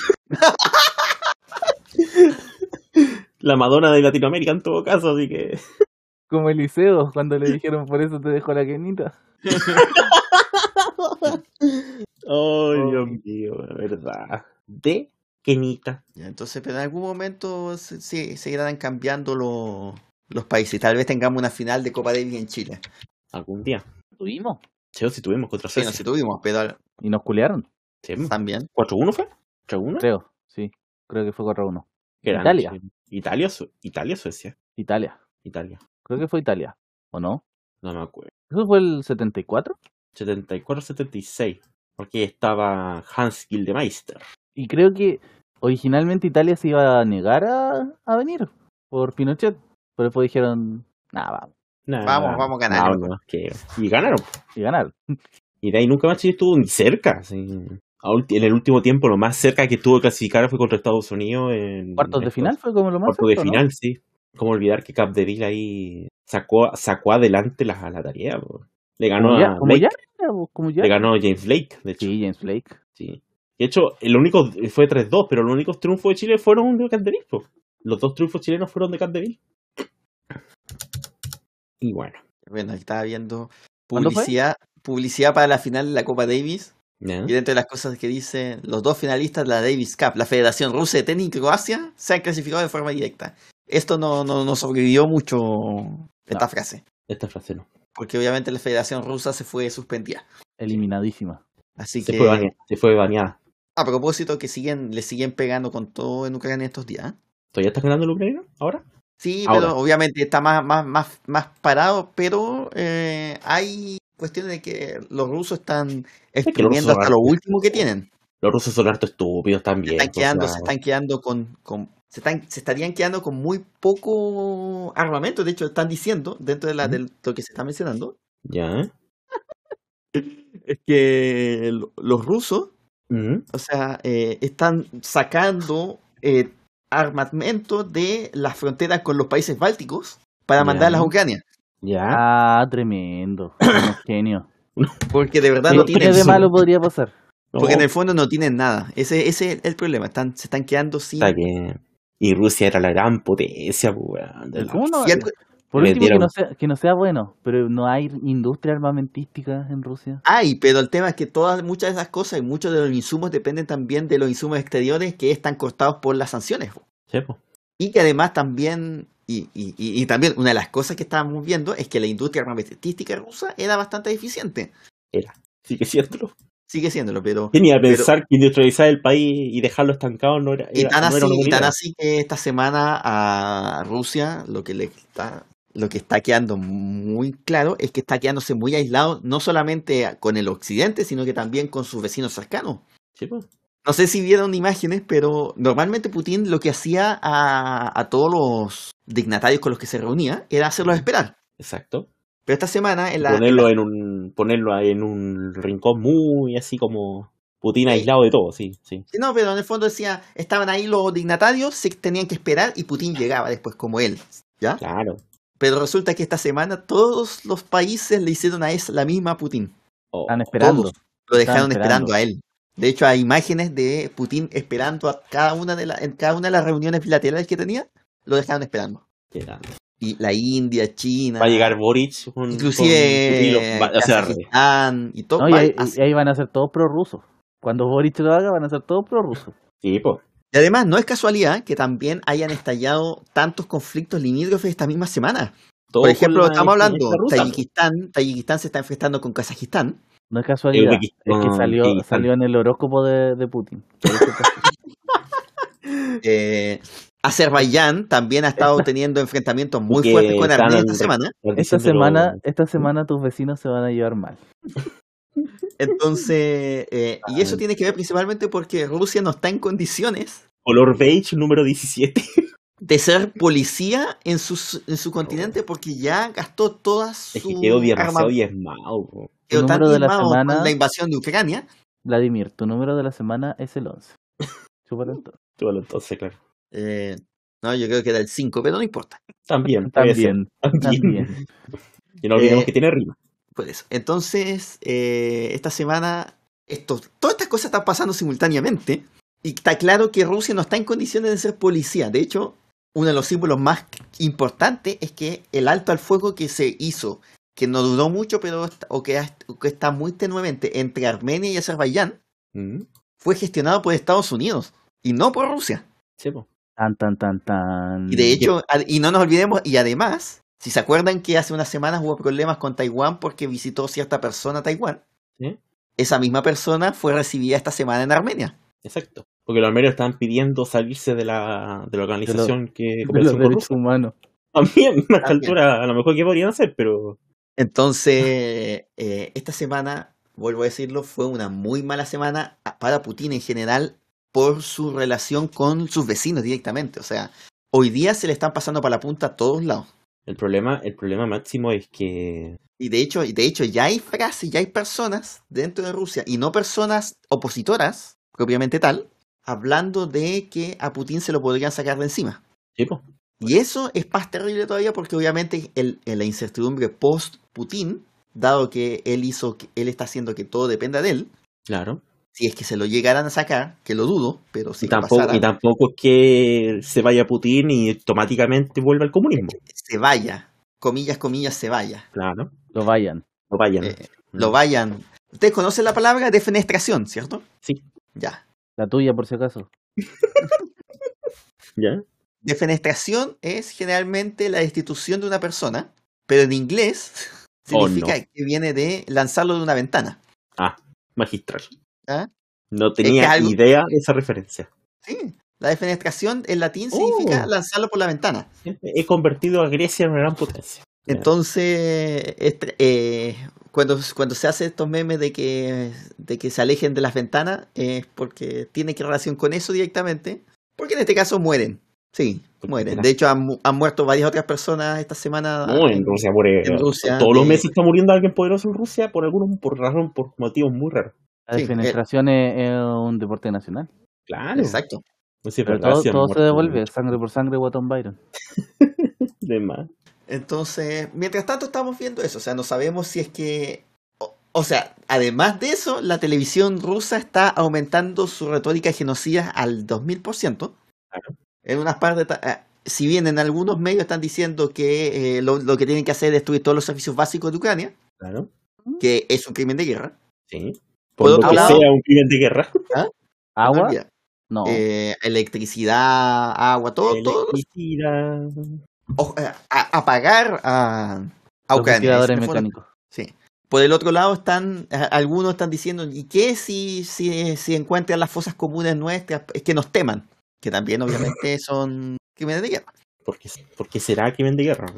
La Madonna de Latinoamérica en todo caso, así que. Como Eliseo, cuando le dijeron por eso te dejó la Kenita. Ay, Dios mío, la verdad. De Kenita. Ya, entonces, pero en algún momento se, se, se irán cambiando lo- los países. Tal vez tengamos una final de Copa Davis en Chile. Algún día. Tuvimos. Sí, si tuvimos contra Sí, no Suecia. sé, tuvimos, pero Y nos culearon, Sí, también. ¿cuatro uno fue? ¿cuatro uno? creo. Sí, creo que fue cuatro uno. Gran- Italia. sí. Italia, Su- Italia, Suecia. Italia. Italia. Creo que fue Italia. ¿O no? No me acuerdo. ¿Eso fue el setenta y cuatro? setenta y cuatro setenta y seis. Porque estaba Hans Gildemeister. Y creo que originalmente Italia se iba a negar a, a venir por Pinochet. Pero después dijeron, nada, vamos. Nah, Vamos, vamos a ganar. no, no, que- Y ganaron. Y ganar. Y de ahí nunca más Chile estuvo ni cerca. así. A ulti- En el último tiempo, lo más cerca que estuvo de clasificar fue contra Estados Unidos. En Cuartos de estos- final fue como lo más Cuartos de cerca, ¿no? final, sí. Cómo olvidar que Capdeville ahí sacó, sacó adelante la, la tarea. po. Le ganó Como ya, a como Blake. ya, pues, como ya. Le ganó a James Blake, de hecho. Sí, James Blake. Sí. De hecho, el único fue tres dos, pero los únicos triunfos de Chile fueron de Capdeville. po. Los dos triunfos chilenos fueron de Capdeville. Y bueno. Bueno, estaba viendo ¿Cuándo fue? publicidad, publicidad para la final de la Copa Davis. ¿ya? Y dentro de las cosas que dice, los dos finalistas de la Davis Cup, la Federación Rusa de Tenis y Croacia, se han clasificado de forma directa. Esto no, no, no sobrevivió mucho esta No. frase, Esta frase no. porque obviamente la Federación Rusa se fue suspendida. Eliminadísima. Así Se que, fue baneada. Se fue baneada. a propósito que siguen, le siguen pegando con todo en Ucrania estos días. ¿eh? ¿Todavía está ganando el Ucrania ahora? Sí, Ahora. pero obviamente está más, más, más, más parado, pero eh, hay cuestiones de que los rusos están que los exprimiendo rusos hasta son lo hartos último que tienen. Los rusos son harto estúpidos Se también. están o quedando, sea, se están quedando con, con se están, se estarían quedando con muy poco armamento. De hecho, están diciendo, dentro de la, Ujú. de lo que se está mencionando, Ya. es que lo- los rusos Mm, O sea, eh, están sacando eh, armamento de las fronteras con los países bálticos para Ya. mandarlas a Ucrania. Ya. Ah, tremendo. Unos genios. Porque de verdad ¿Qué, no qué tienen. de eso. malo podría pasar? No, Porque en el fondo no tienen nada. Ese, ese es el problema. Están, se están quedando sin. está bien. Y Rusia era la gran potencia, pues, weón, de ¿Y la- cómo no? Y el- Por Le último, que dieron- no, sea, que no sea bueno, pero no hay industria armamentística en Rusia. Hay, pero el tema es que todas, muchas de esas cosas y muchos de los insumos dependen también de los insumos exteriores que están cortados por las sanciones. po. Sí, po. Y que además también, y, y, y, y también una de las cosas que estábamos viendo es que la industria armamentística rusa era bastante eficiente. Sigue siéndolo. Sigue siéndolo, pero. ¿Quién iba a pero- pensar que industrializar el país y dejarlo estancado no era, y era- tan no así, era una y buena tan idea? así que esta semana a Rusia lo que le está, lo que está quedando muy claro es que está quedándose muy aislado, no solamente con el occidente, sino que también con sus vecinos cercanos. Sí, po. No sé si vieron imágenes, pero normalmente Putin lo que hacía a, a todos los dignatarios con los que se reunía era hacerlos esperar. Exacto. Pero esta semana en la, ponerlo en en un ponerlo en un rincón muy así como Putin Sí. aislado de todo, sí, sí. la- no, pero en el fondo decía, estaban ahí los dignatarios, se tenían que esperar y Putin llegaba después como él, ¿ya? Claro. Pero resulta que esta semana todos los países le hicieron a esa la misma a Putin. Oh, Están esperando. Todos lo dejaron Estaban esperando esperando. a él. De hecho, hay imágenes de Putin esperando a cada una de la, en cada una de las reuniones bilaterales que tenía, lo dejaron esperando. qué grande. Y la India, China, Va a llegar Boric con, inclusive con Putin, los va- o sea, Kazajistán y todo. No, y, va- ahí, así. y ahí van a ser todos prorrusos. Cuando Boric lo haga, van a ser todos prorrusos. sí, po. Y además, no es casualidad que también hayan estallado tantos conflictos limítrofes esta misma semana. Todo Por ejemplo, con la estamos hablando, influencia rusa, po. Tayikistán, Tayikistán se está enfrentando con Kazajistán. No es casualidad. Uzbekistán, Es que salió, Kirguistán. salió en el horóscopo de, de Putin. Por eso está- Eh, Azerbaiyán también ha estado teniendo enfrentamientos muy Porque fuertes con están Armenia en- esta semana. Están esta diciendo semana, lo- esta semana tus vecinos se van a llevar mal. Entonces, eh, y eso Ay. tiene que ver principalmente porque Rusia no está en condiciones color beige número diecisiete. de ser policía en su, en su continente porque ya gastó todas Es sus que quedó demasiado armas. diezmado, po. Quedó El tan número de la diezmado semana- con la invasión de Ucrania. Vladimir, tu número de la semana es el once. Chúpalo entonces. Bueno, entonces, claro. Eh, no, yo creo que era el cinco, pero no importa. También, puede ser. También, También. también. Y no olvidemos Eh, que tiene rima. Por eso. Entonces, eh, esta semana, esto, todas estas cosas están pasando simultáneamente. Y está claro que Rusia no está en condiciones de ser policía. De hecho, uno de los símbolos más importantes es que el alto al fuego que se hizo, que no duró mucho, pero está- o que, ha- o que está muy tenuemente entre Armenia y Azerbaiyán, Mm, fue gestionado por Estados Unidos y no por Rusia. sí, po. Tan, tan, tan, tan. Y de hecho, ad- y no nos olvidemos, y además, si se acuerdan que hace unas semanas hubo problemas con Taiwán porque visitó cierta persona a Taiwán, Sí, esa misma persona fue recibida esta semana en Armenia. exacto. Porque los armenios estaban pidiendo salirse de la, de la organización que de los cooperación con derechos Rusia. humanos. También, a esta También. altura, a lo mejor que podrían hacer, pero Entonces, eh, esta semana, vuelvo a decirlo, fue una muy mala semana para Putin en general por su relación con sus vecinos directamente. O sea, hoy día se le están pasando para la punta a todos lados. el problema, el problema máximo es que Y de hecho, y de hecho ya hay frases, ya hay personas dentro de Rusia, y no personas opositoras, propiamente tal, hablando de que a Putin se lo podrían sacar de encima. sí, po. Y eso es más terrible todavía porque obviamente el, el- la incertidumbre post-Putin, dado que él hizo, que él está haciendo que todo dependa de él, Claro. si es que se lo llegaran a sacar, que lo dudo, pero si y, tampoco, y tampoco es que se vaya Putin y automáticamente vuelva al comunismo. se vaya, comillas, comillas, se vaya. Claro. Lo vayan. No vayan. Eh, Lo vayan. Ustedes conocen la palabra defenestración, ¿cierto? Sí. Ya. La tuya, por si acaso. ¿Ya? Defenestración es generalmente la destitución de una persona, pero en inglés Oh, significa que viene de lanzarlo de una ventana. Ah, magistral. ¿Ah? No tenía Es que algo- idea de esa referencia. Sí, la defenestración en latín Oh. significa lanzarlo por la ventana. He convertido a Grecia en una gran potencia. Ya. Entonces, este, eh, cuando, cuando se hace estos memes de que, de que se alejen de las ventanas, es porque tiene que relación con eso directamente, porque en este caso mueren. Sí, mueren. De hecho, han, mu- han muerto varias otras personas esta semana. No, en Rusia muere. en Rusia, todos los de- meses está muriendo alguien poderoso en Rusia por algunos, por razón, por motivos muy raros. La Sí, eh, defenestración es, es un deporte nacional. Claro. exacto. Pues sí, es Pero verdad, todo, sí han todo se muerto devuelve, mucho. sangre por sangre, Watton Byron. De más. Entonces, mientras tanto estamos viendo eso, o sea, no sabemos si es que... O, o sea, además de eso, la televisión rusa está aumentando su retórica genocida al dos mil por ciento. Claro. En unas partes, ta- eh, si bien en algunos medios están diciendo que eh, lo, lo que tienen que hacer es destruir todos los servicios básicos de Ucrania, Claro. que es un crimen de guerra. Sí. Por Por lo otro que lado- sea un crimen de guerra. ¿Ah? No ¿Agua? olvidar. No. Eh, electricidad, agua, todo, todo. Electricidad. o- eh, a, apagar a, a Los Ucrania. ventiladores Ese fue- mecánicos. Sí. Por el otro lado están, a- algunos están diciendo, ¿y qué si, si, si encuentran las fosas comunes nuestras? Es que nos teman, que también obviamente son crímenes de guerra. ¿Por qué, por qué será crimen de guerra?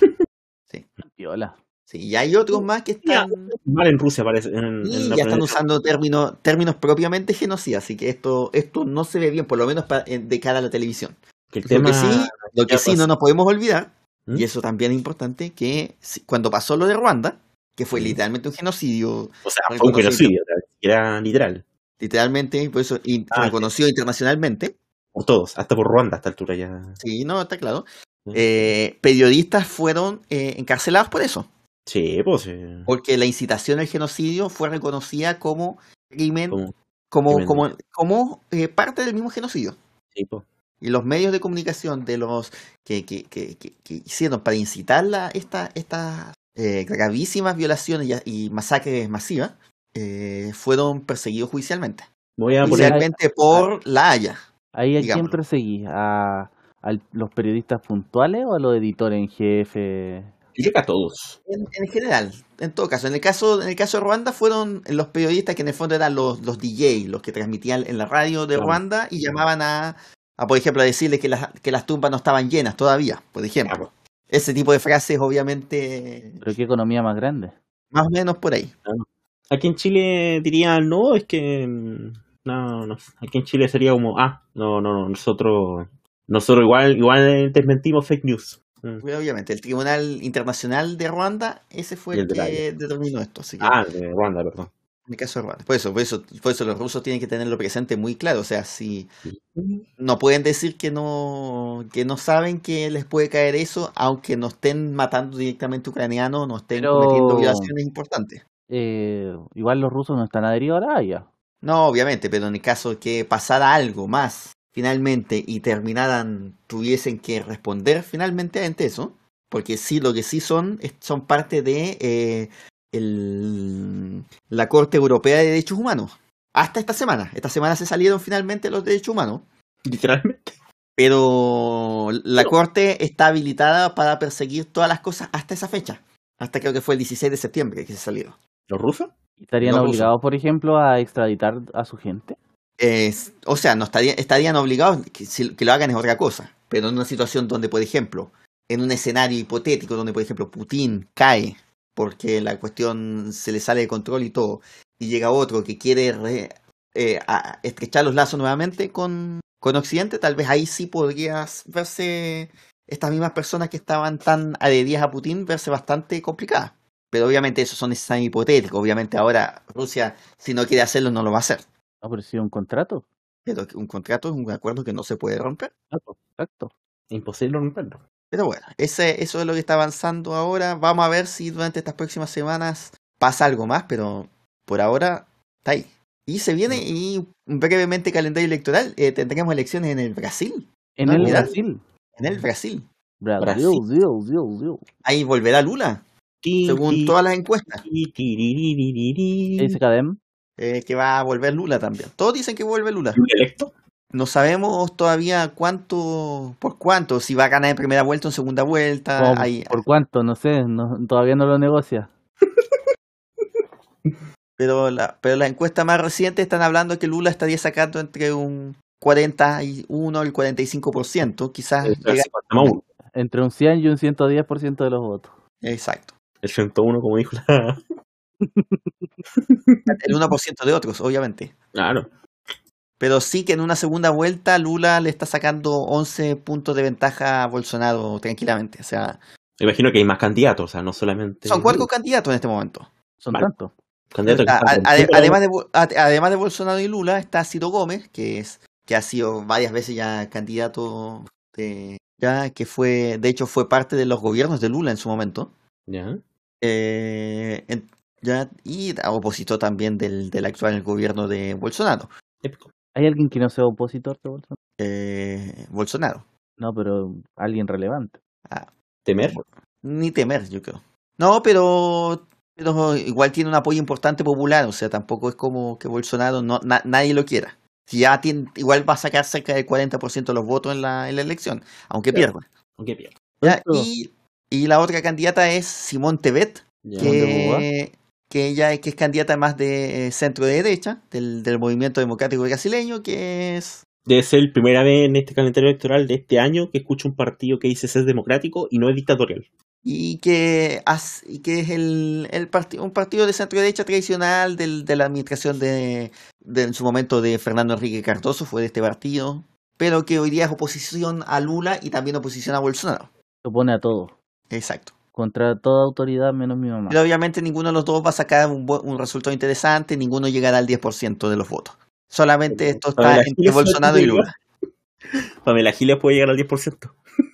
Viola. Sí, y hay otros más que están, Mal en Rusia parece. En, y en la ya están planeta. usando términos, términos propiamente genocidas, así que esto, esto no se ve bien, por lo menos pa- en- de cara a la televisión. Que el Lo tema. que sí, lo que ya sí pasó. no nos podemos olvidar, ¿Mm? y eso también es importante, que si- cuando pasó lo de Ruanda, que fue Sí. literalmente un genocidio, O sea, fue un reconocido, genocidio, o sea, ni siquiera literal. literalmente, por eso, y Ah, reconocido internacionalmente, Por todos, hasta por Ruanda a esta altura ya. sí, no, está claro, ¿Mm? eh, periodistas fueron eh, encarcelados por eso, Sí, pues. eh, porque la incitación al genocidio fue reconocida como crimen, como- como, crimen. como, como eh, parte del mismo genocidio. sí, pues. Y los medios de comunicación de los que, que, que, que- que hicieron para incitar la, esta, estas eh, gravísimas violaciones y, y masacres masivas eh, fueron perseguidos judicialmente. Voy a poner. Judicialmente por La Haya. ¿Ahí a quién Digámoslo. perseguís? ¿A, a los periodistas puntuales o a los editores en jefe? Llega a todos. En, en general, en todo caso. En el caso, en el caso de Ruanda fueron los periodistas que en el fondo eran los, los D J, los que transmitían en la radio de Claro. Ruanda y llamaban a, a, por ejemplo, a decirles que las, que las tumbas no estaban llenas todavía, por ejemplo. Ese tipo de frases, obviamente, ¿Pero qué economía más grande? más o menos por ahí. Aquí en Chile dirían, no, es que. mm, No, no. Aquí en Chile sería como, ah, no, no, no, nosotros. Nosotros igual, igual desmentimos fake news. Mm. Obviamente, el Tribunal Internacional de Ruanda, ese fue Y el el de La que determinó esto. Así que, Ah, de Ruanda, perdón. en el caso de Ruanda. Por eso, por eso, por eso los rusos tienen que tenerlo presente muy claro. O sea, si no pueden decir que no, que no saben que les puede caer eso, aunque no estén matando directamente ucranianos, no estén Pero- cometiendo violaciones importantes. Eh, igual los rusos no están adheridos a la Haya. No, obviamente, pero en el caso de que pasara algo más finalmente y terminaran, tuviesen que responder finalmente ante eso, porque sí, lo que sí son, es- son parte de eh, el- la Corte Europea de Derechos Humanos. Hasta esta semana. Esta semana se salieron finalmente los derechos humanos, Literalmente. pero la Pero- Corte está habilitada para perseguir todas las cosas hasta esa fecha. Hasta creo que fue el dieciséis de septiembre que se salieron. ¿Los rusos? ¿Estarían Los rusos. obligados, por ejemplo, a extraditar a su gente? Es- o sea, no estaría- estarían obligados, que, si- que lo hagan es otra cosa, pero en una situación donde, por ejemplo, en un escenario hipotético donde, por ejemplo, Putin cae porque la cuestión se le sale de control y todo, y llega otro que quiere re- eh, a- estrechar los lazos nuevamente con, con Occidente, tal vez ahí sí podrías verse estas mismas personas que estaban tan adheridas a Putin, verse bastante complicadas. Pero obviamente esos son escenarios hipotéticos, obviamente ahora Rusia, si no quiere hacerlo, no lo va a hacer. ¿Ha ofrecido un contrato? Pero un contrato es un acuerdo que no se puede romper. Exacto. Imposible romperlo. Pero bueno, ese, eso es lo que está avanzando ahora. Vamos a ver si durante estas próximas semanas pasa algo más, pero por ahora está ahí. Y se viene, y brevemente calendario electoral, eh, tendremos elecciones en el Brasil. En No el olvidar. Brasil. En el Brasil. Brasil, Brasil. Zil, zil, zil. Ahí volverá Lula, según todas las encuestas, ¿Qué dice Cadem? eh, que va a volver Lula también. Todos dicen que vuelve Lula. ¿Y un electo? No sabemos todavía cuánto, por cuánto, si va a ganar en primera vuelta o en segunda vuelta. ¿Cómo? Ahí, ¿Por cuánto? No sé, no, todavía no lo negocia. Pero la, pero la encuesta más reciente están hablando que Lula estaría sacando entre un cuarenta y uno y el cuarenta y cinco por ciento, quizás. El llega- cincuenta más uno. Entre un cien y un ciento diez por ciento de los votos. Exacto. El ciento uno, como dijo la. El uno por ciento de otros, obviamente. Claro. Pero sí que en una segunda vuelta Lula le está sacando once puntos de ventaja a Bolsonaro tranquilamente. O sea, Me imagino que hay más candidatos, o sea, no solamente. son cuatro candidatos en este momento. Son Vale. tantos. Candidato que A- está a- ade- rompiendo además, de, Bo- ade- además de Bolsonaro y Lula, está Ciro Gómez, que es que ha sido varias veces ya candidato de, ya que fue, de hecho, fue parte de los gobiernos de Lula en su momento. Ya. Eh, en- ya, y opositor también del, del actual gobierno de Bolsonaro. Épico. ¿Hay alguien que no sea opositor de Bolsonaro? Eh, Bolsonaro. No, pero alguien relevante. Ah, Temer. ni temer, yo creo. No, pero, pero igual tiene un apoyo importante popular, o sea, tampoco es como que Bolsonaro no, na- nadie lo quiera. Si ya tiene, igual va a sacar cerca del cuarenta por ciento de los votos en la, en la elección, aunque Claro. pierda. Aunque pierda. Ya, ¿Cuánto? y, y la otra candidata es Simón Tebet, Ya. Simón de Beauvoir. que, que ella que es candidata más de centro de derecha, del, del movimiento democrático brasileño, que es Debe ser la primera vez en este calendario electoral de este año que escucho un partido que dice ser democrático y no es dictatorial. y que, has- y que es el, el parti- un partido de centro derecha tradicional del, de la administración de, de en su momento de Fernando Enrique Cardoso, fue de este partido, pero que hoy día es oposición a Lula y también oposición a Bolsonaro. Se opone a todo. Exacto. Contra toda autoridad menos mi mamá. Pero obviamente ninguno de los dos va a sacar un, bu- un resultado interesante, ninguno llegará al diez por ciento de los votos. Solamente esto está Pamela entre Giles fue Bolsonaro y el que Lula. Pamela Giles puede llegar al diez por ciento.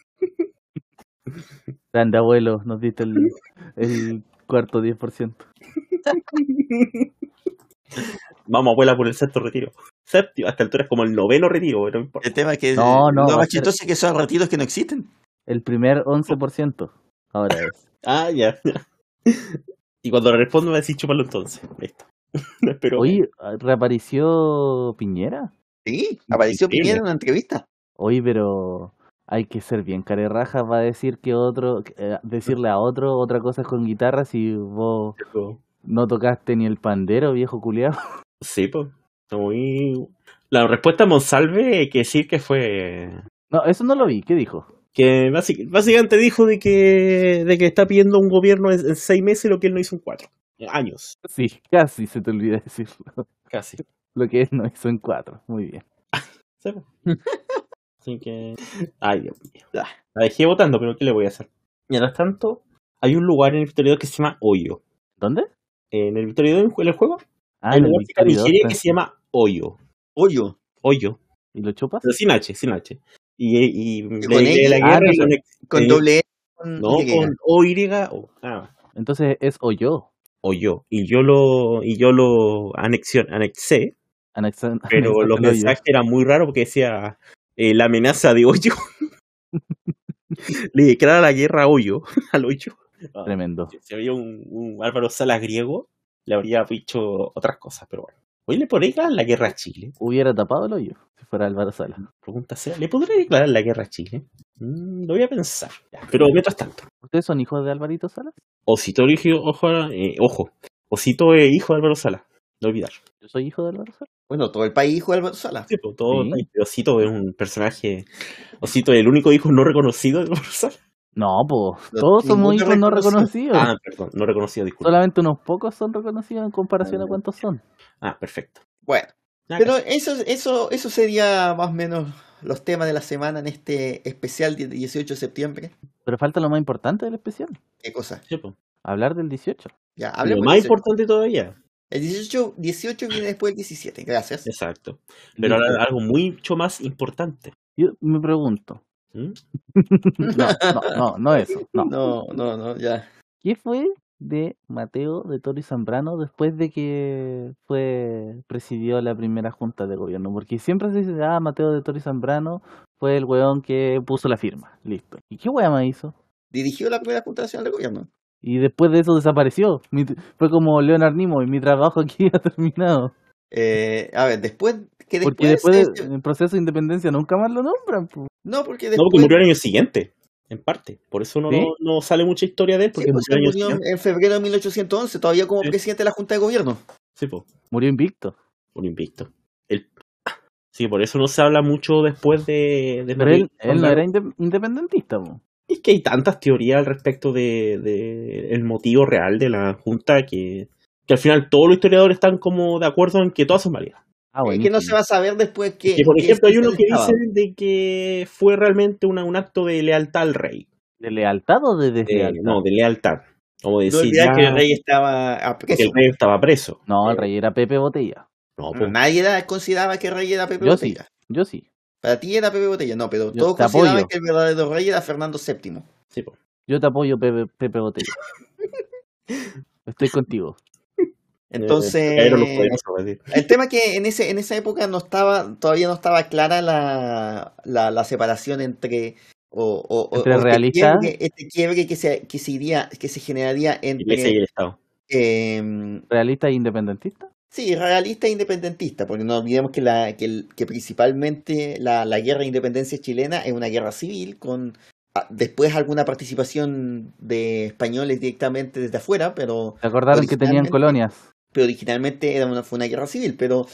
Grande abuelo, nos diste el, el cuarto diez por ciento. Vamos, abuela, por el sexto retiro. Séptimo, hasta altura es como el noveno retiro, pero no importa. El tema es que No, eh, no, lo va a más ser- chistoso es que son retiros que no existen. El primer once por ciento. Ahora es. Ah, ya. Y cuando le respondo me va a decir chúpalo entonces. Listo. Pero Oye, ¿reapareció Piñera? Sí, apareció Increíble. Piñera en una entrevista. Oye, pero hay que ser bien carerraja para decir que otro, eh, decirle a otro otra cosa con guitarra si vos no tocaste ni el pandero, viejo culiao. sí, pues. Muy... La respuesta de Monsalve hay que decir que fue... No, eso no lo vi. ¿Qué dijo? Que básic- básicamente dijo de que, de que está pidiendo un gobierno en, en seis meses lo que él no hizo en cuatro años. Sí, casi se te olvida decirlo. Casi. Lo que él no hizo en cuatro. Muy bien. Sí, po. Así que... Ay, Dios mío. La dejé votando, pero ¿qué le voy a hacer? Mientras tanto, hay un lugar en el Victoriador que se llama Hoyo. ¿Dónde? En el Victoriador, en el juego, Ah, hay en un el lugar cerca de Victory Nigeria dos, que se llama Hoyo. Hoyo. Hoyo. ¿Y lo chupas? Pero sin H, sin H. Y, y le con declaré la X? guerra Ah, y no, lo anex- Con eh, doble E. Con No, Y. con O Y o ah, Entonces es o yo. o yo. Y yo lo, y yo lo anexión, anexé, Anexa- pero anexaste los el hoyo. mensajes eran muy raros porque decía eh, la amenaza de hoyo. Le declara la guerra a hoyo, al hoyo. Ah, Tremendo. si había un, un Álvaro Salas griego, le habría dicho otras cosas, pero bueno. Hoy le podría declarar la guerra a Chile. Hubiera tapado el hoyo si fuera Álvaro Sala. Pregunta sea, ¿le podría declarar la guerra a Chile? Mm, lo voy a pensar. Ya, pero mientras tanto, ¿Ustedes son hijos de Alvarito Salas? Osito hijo, ojo, eh, ojo. Osito es hijo de Álvaro Salas. No olvidar. Yo soy hijo de Álvaro Sala. Bueno, todo el país hijo de Álvaro Sala. Sí, pues, todo Sí. el país. Pero Osito es un personaje. Osito es el único hijo no reconocido de Álvaro Salas. No, pues No, todos somos ninguno hijos no reconocido. reconocidos. Ah, perdón, no reconocido, disculpa. Solamente unos pocos son reconocidos en comparación a cuántos son. Ah, perfecto. Bueno, Ah, pero eso, eso, eso sería más o menos los temas de la semana en este especial del dieciocho de septiembre. Pero falta lo más importante del especial. ¿Qué cosa? sí, pues. Hablar del dieciocho. Ya, Lo hablemos más del dieciocho. importante todavía. El dieciocho, dieciocho viene después del diecisiete, gracias. Exacto. Pero Listo. ahora algo mucho más importante. Yo me pregunto. ¿Mm? No, no, no, no eso. No. No, no, no, ya. ¿Qué fue de Mateo de Toro y Zambrano después de que fue presidió la primera junta de gobierno? Porque siempre se dice, ah, Mateo de Toro y Zambrano fue el weón que puso la firma. Listo. ¿Y qué weón más hizo? Dirigió la primera Junta Nacional de Gobierno. Y después de eso desapareció. Mi- fue como Leonard Nimoy, mi trabajo aquí ha terminado. Eh, a ver, después que después, Porque después eh, del proceso de independencia nunca más lo nombran. Po. no, porque No, después porque murió el año siguiente, en parte. Por eso no, ¿Sí? no, no sale mucha historia de él, sí, porque pues, murió el año murió siguiente. en febrero de mil ochocientos once, todavía como Sí. presidente de la Junta de Gobierno. Sí, pues, Murió invicto. un invicto. Él... Sí, por eso no se habla mucho después de... de Pero Mateo él, él no Zambrano. era inde- independentista. Po. Es que hay tantas teorías al respecto de, de el motivo real de la Junta que, que al final todos los historiadores están como de acuerdo en que todas son válidas. Ah, Eh, bueno. que no se va a saber después que... Que por que ejemplo hay es uno el que Estado. dice de que fue realmente una, un acto de lealtad al rey. ¿De lealtad o de De- deslealtad? no, de lealtad. Como No decir, olvidar ya, que el rey estaba a que preso. el rey estaba preso. No, el rey era Pepe Botella. No, pues, Nadie era- consideraba que el rey era Pepe Yo sí, Botella. yo sí. Para ti era Pepe Botella, no, pero Yo todos te consideraban apoyo. que el verdadero rey era Fernando séptimo. sí, pues. Yo te apoyo, Pepe, Pepe Botella. Estoy contigo. Entonces, Cayeron los poderosos, es decir. el tema es que en ese en esa época no estaba todavía no estaba clara la, la, la separación entre o, o, o- Entre o este realistas. quiebre, este quiebre que se que se iría, que se generaría Iglesia y entre el Estado. eh, ¿Realista e independentista? sí, realista e independentista, porque no olvidemos que la que, el- que principalmente la, la guerra de independencia chilena es una guerra civil con ah, después alguna participación de españoles directamente desde afuera, pero ¿Se acordaron que tenían originalmente- colonias? pero originalmente era una, fue una guerra civil, pero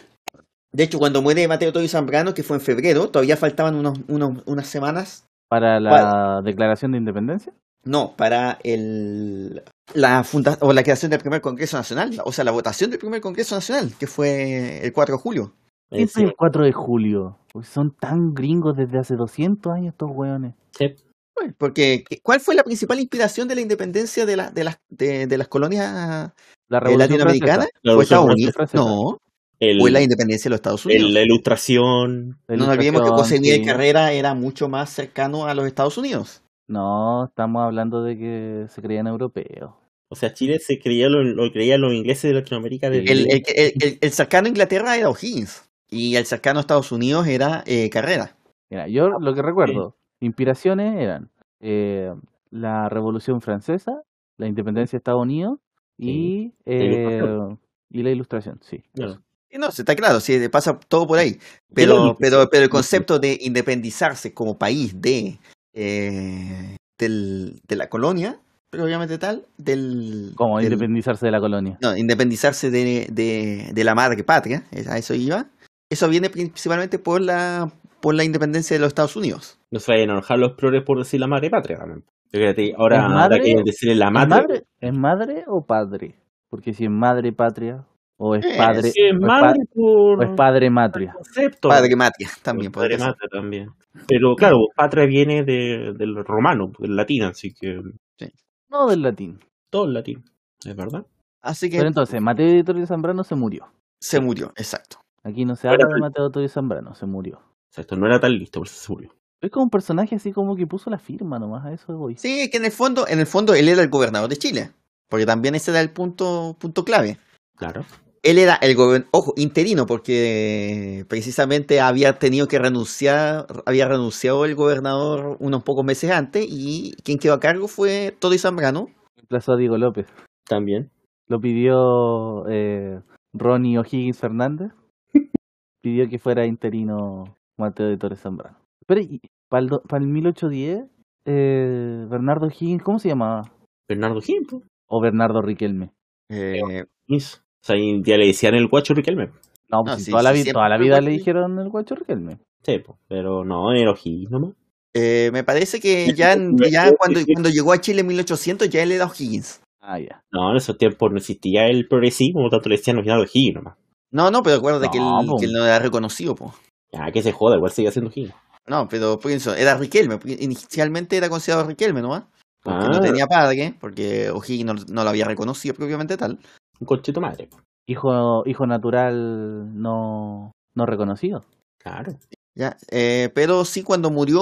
de hecho cuando muere Mateo Toyo Zambrano, que fue en febrero, todavía faltaban unos, unos, unas semanas, ¿Para la declaración de independencia? no, para el la funda o la creación del primer Congreso Nacional, o sea, la votación del primer Congreso Nacional, que fue el cuatro de julio. Eh, Siempre sí, el cuatro de julio. Porque son tan gringos desde hace doscientos años estos hueones. sí. Porque, ¿qué- ¿cuál fue la principal inspiración de la independencia de, la, de, las, de, de las colonias La eh, Revolución latinoamericanas? Francesa. La ¿Fue Estados Revolución Unidos? Francesa. No, El, fue la independencia de los Estados Unidos. el- la ilustración. La No nos olvidemos que José ilustración, Miguel sí. Carrera era mucho más cercano a los Estados Unidos. No, estamos hablando de que se creían europeos. O sea, Chile se creía lo, lo creían los ingleses de Latinoamérica. Sí. Desde El, el, el- el- el cercano a Inglaterra era O'Higgins y el cercano a Estados Unidos era eh, Carrera. Mira, yo lo que recuerdo, inspiraciones eran eh, la Revolución Francesa, la independencia de Estados Unidos y, eh, ilustración. y la ilustración, sí. No. Y no, se está claro, sí, pasa todo por ahí. Y la Pero, ilustración. pero, pero el concepto de independizarse como país de, eh, del, de la colonia, pero obviamente tal, del... Como del- independizarse de la colonia. No, independizarse de, de, de la madre patria, es- a eso iba. Eso viene principalmente por la por la independencia de los Estados Unidos. No se vayan a enojar los progres por decir la madre patria también. Yo creo que ahora, ¿Es ahora madre? quieren decirle la ¿Es madre. madre, ¿Es madre o padre? Porque si es madre patria, o es Eh, padre, Sí, es o, es madre pa- por o es padre matria. concepto. Padre matria, también Padre podría ser. matria también. Pero claro, patria viene de, del romano, del latín, así que No del latín. todo el latín, es verdad. Así que Pero entonces, Mateo de Torres Zambrano se murió. se murió, exacto. Aquí no se Bueno, habla de pero- Mateo Torres Zambrano, se murió. O sea, esto no era tan listo, por eso se murió. Es como un personaje así como que puso la firma nomás, a eso voy. Sí, que en el fondo, en el fondo él era el gobernador de Chile, porque también ese era el punto, punto clave. Claro. Él era el gobernador, ojo, interino, porque precisamente había tenido que renunciar, había renunciado el gobernador unos pocos meses antes, y quien quedó a cargo fue Tody Zambrano. Reemplazó a Diego López. También. Lo pidió eh, Ronnie O'Higgins Fernández. Pidió que fuera interino Mateo de Torres Zambrano. Pero para el, do- para el mil ochocientos diez, eh, Bernardo O'Higgins, ¿cómo se llamaba? Bernardo Gimpo. O Bernardo Riquelme. Eh, O sea, y ya le decían el guacho Riquelme. No, pues No, si sí, toda, la, sí, vi- siempre toda la fue vida Guacho le Ri- dijeron el guacho Riquelme. Sí, po, pero no, era O'Higgins nomás. eh, me parece que ya, que ya cuando, cuando llegó a Chile en mil ochocientos ya él era O'Higgins. Ah, ya. No, en esos tiempos no existía el progresismo, por tanto le decían Bernardo O'Higgins nomás. No, no, pero acuérdate que, él, No, po. que él no era reconocido, po. Ya, que se joda, igual sigue siendo O'Higgins. No, pero por eso, era Riquelme. porque Inicialmente era considerado Riquelme nomás. Porque Ah. no tenía padre, porque O'Higgins no, no lo había reconocido propiamente tal. Un conchito madre. Po. Hijo, hijo natural no, no reconocido. Claro. Ya, eh, pero sí cuando murió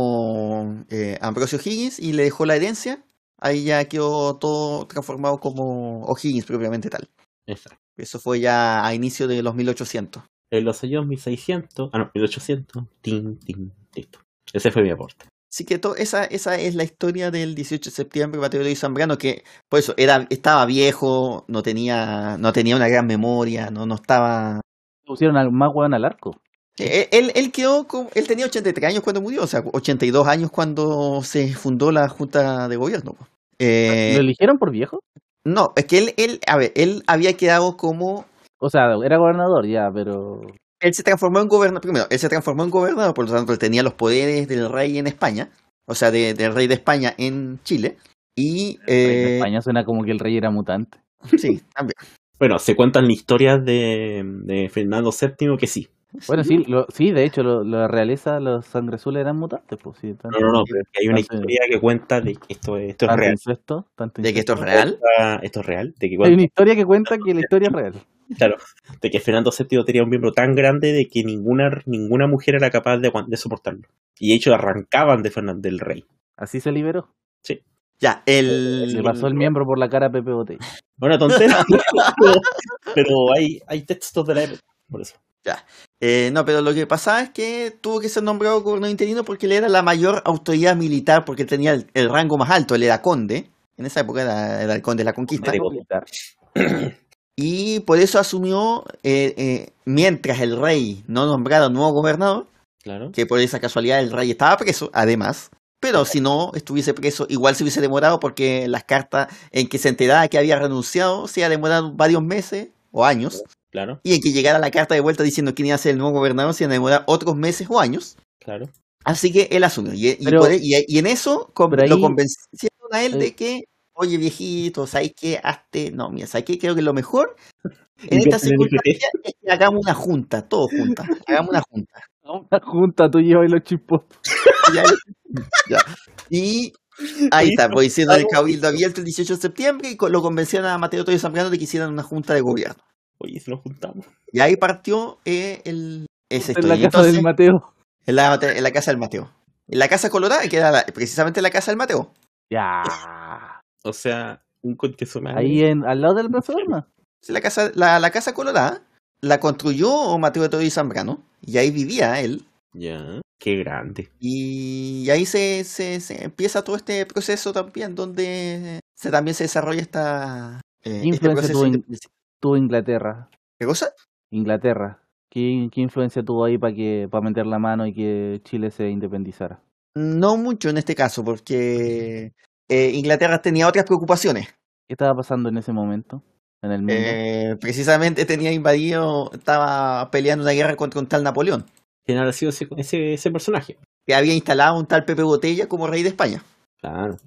eh, Ambrosio O'Higgins y le dejó la herencia, ahí ya quedó todo transformado como O'Higgins propiamente tal. Exacto. Eso fue ya a inicio de los mil ochocientos. En los años mil seiscientos, ah no, mil ochocientos, tin, tin, listo. Ese fue mi aporte. Así que to- esa, esa es la historia del dieciocho de septiembre, Mateo de Zambrano, que por eso era, estaba viejo, no tenía, no tenía una gran memoria, no, no estaba. Pusieron al más hueón al arco. Eh, Él, él quedó con, él tenía ochenta y tres años cuando murió, o sea, ochenta y dos años cuando se fundó la Junta de Gobierno. po. Eh, ¿Lo eligieron por viejo? no, es que él, él, a ver, él había quedado como, O sea, era gobernador ya, pero... él se transformó en gobernador, primero, él se transformó en gobernador, por lo tanto, él tenía los poderes del rey en España, o sea, de- del rey de España en Chile, y, El rey de eh, España suena como que el rey era mutante. sí, también. Bueno, se cuentan historias de, de Fernando séptimo que sí. Bueno, sí, lo, sí, de hecho, lo, la realeza, los sangrezules eran mutantes, pues sí, No, tanto, no, no, pero es que hay una tanto, historia que cuenta de que esto, es- esto es tanto real. incesto, tanto ¿De que esto es incesto. real? Cuenta- Esto es real, de que Hay cuando, una historia que cuenta que la historia es real. claro, de que Fernando séptimo tenía un miembro tan grande de que ninguna, ninguna mujer era capaz de, aguant- de soportarlo. Y de hecho arrancaban de Fernan- del rey. Así se liberó. Sí. Ya, Le el... pasó el miembro por la cara a Pepe Botella. Una tontera, pero, pero hay, hay textos de la época, por eso. Ya. Eh, no, pero lo que pasaba es que tuvo que ser nombrado gobernador interino porque él era la mayor autoridad militar, porque él tenía el, el rango más alto, él era conde. En esa época era, era el conde de la conquista. Conde de Militar. Y por eso asumió, eh, eh, mientras el rey no nombrara un nuevo gobernador, Claro. que por esa casualidad el rey estaba preso, además. Pero si no estuviese preso, igual se hubiese demorado porque las cartas en que se enteraba que había renunciado se iba a demorar varios meses o años. Claro, Y en que llegara la carta de vuelta diciendo quién iba a ser el nuevo gobernador se iba a demorar otros meses o años. claro. Así que él asumió. Y, y Pero- por e- y- y en eso con- pero ahí- lo convencieron a él eh, de que, oye viejito, ¿sabes qué? Hazte... No, mira, ¿sabes qué? Creo que lo mejor en Invierte esta en N F T. circunstancia es que hagamos una junta, todos juntas. Hagamos una junta. Una junta tú y yo y los chispos. Ya, ya. Y ahí está, pues hicieron el cabildo abierto el dieciocho de septiembre y co- lo convencieron a Mateo Toyo Zambrano de que hicieran una junta de gobierno. Oye, si nos juntamos. Y ahí partió eh, el, esa En la historia. casa del Entonces, Mateo. en la, en la casa del Mateo. En la casa colorada, que era la- precisamente la casa del Mateo. Ya. O sea, un conche su madre. Ahí en, al lado del brazo de armas. Sí, La casa, la, la casa colorada la construyó Mateo Toyo Zambrano y ahí vivía él. Ya. Qué grande. Y ahí se, se, se empieza todo este proceso también, donde se, también se desarrolla esta, eh, ¿Qué este influencia proceso tuvo, in- independencia. tuvo Inglaterra? ¿Qué cosa? Inglaterra. ¿Qué, qué influencia tuvo ahí para que para meter la mano y que Chile se independizara? No mucho en este caso, porque eh, Inglaterra tenía otras preocupaciones. ¿Qué estaba pasando en ese momento en el mundo? Eh, precisamente tenía invadido, estaba peleando una guerra contra un tal Napoleón, ¿Quién habrá sido ese, ese, ese personaje? que había instalado un tal Pepe Botella como rey de España. Claro.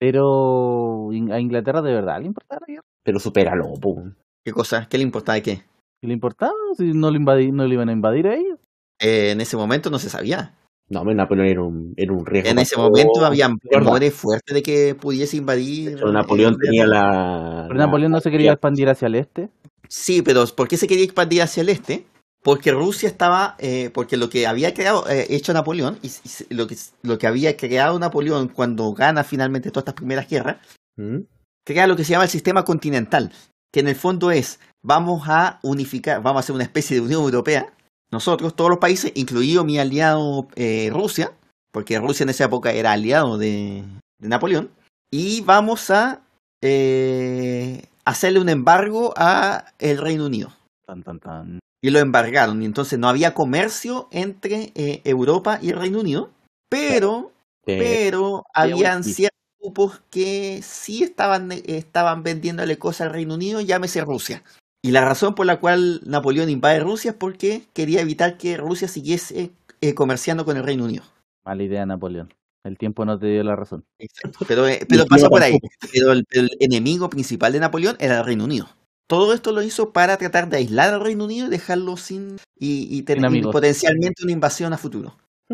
Pero in- a Inglaterra de verdad le importaba la guerra. Pero supéralo, po. ¿Qué cosa? ¿Qué le importaba de qué? ¿Qué le importaba? Si no le, invadi- no le iban a invadir a ellos. Eh, en ese momento no se sabía. No, hombre, Napoleón era un, era un riesgo. En para ese todos, momento había ¿verdad? rumores fuertes de que pudiese invadir. Pero Napoleón eh, tenía la. Pero la- Napoleón no se quería expandir hacia el este. Sí, pero ¿por qué se quería expandir hacia el este? Porque Rusia estaba, eh, porque lo que había creado, eh, hecho Napoleón, y, y lo, que, lo que había creado Napoleón cuando gana finalmente todas estas primeras guerras, ¿Mm? crea lo que se llama el sistema continental, que en el fondo es, vamos a unificar, vamos a hacer una especie de Unión Europea, nosotros, todos los países, incluido mi aliado eh, Rusia, porque Rusia en esa época era aliado de, de Napoleón, y vamos a eh, hacerle un embargo a el Reino Unido. Tan, tan, tan. Y lo embargaron, y entonces no había comercio entre eh, Europa y el Reino Unido, pero, Eh, pero habían sí. ciertos grupos que sí estaban, eh, estaban vendiéndole cosas al Reino Unido, llámese Rusia. Y la razón por la cual Napoleón invade Rusia es porque quería evitar que Rusia siguiese eh, comerciando con el Reino Unido. Mala idea, Napoleón. El tiempo no te dio la razón. Exacto. Pero, eh, pero Y pasa yo por ahí. tampoco. Pero el, el enemigo principal de Napoleón era el Reino Unido. Todo esto lo hizo para tratar de aislar al Reino Unido y dejarlo sin... y, y tener amigos. potencialmente una invasión a futuro.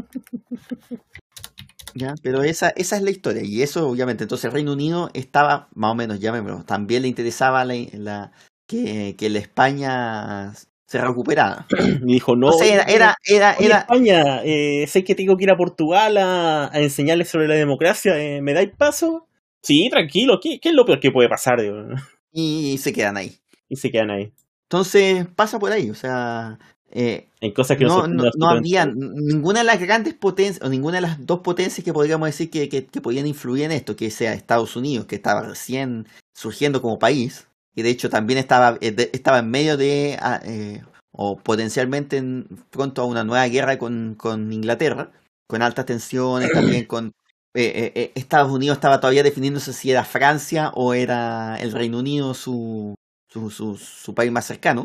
¿Ya? Pero esa, esa es la historia. Y eso, obviamente, entonces el Reino Unido estaba, más o menos, ya me pero también le interesaba la, la- que, que la España se recuperara. Y dijo, no. No sé, era, era, era, Oye, era- España, eh, sé que tengo que ir a Portugal a, a enseñarles sobre la democracia. eh, ¿Me dais paso? Sí, tranquilo. ¿Qué, qué es lo peor que puede pasar? Digo? y se quedan ahí. Y se quedan ahí. Entonces pasa por ahí, o sea... eh, En cosas que no, no, no, no había ninguna de las grandes potencias, o ninguna de las dos potencias que podríamos decir que, que, que podían influir en esto, que sea Estados Unidos, que estaba recién surgiendo como país, y de hecho también estaba, eh, de- estaba en medio de, ah, eh, o potencialmente en- pronto a una nueva guerra con, con Inglaterra, con altas tensiones, también con... eh, eh, eh, Estados Unidos estaba todavía definiéndose si era Francia o era el Reino Unido su, su, su, su país más cercano.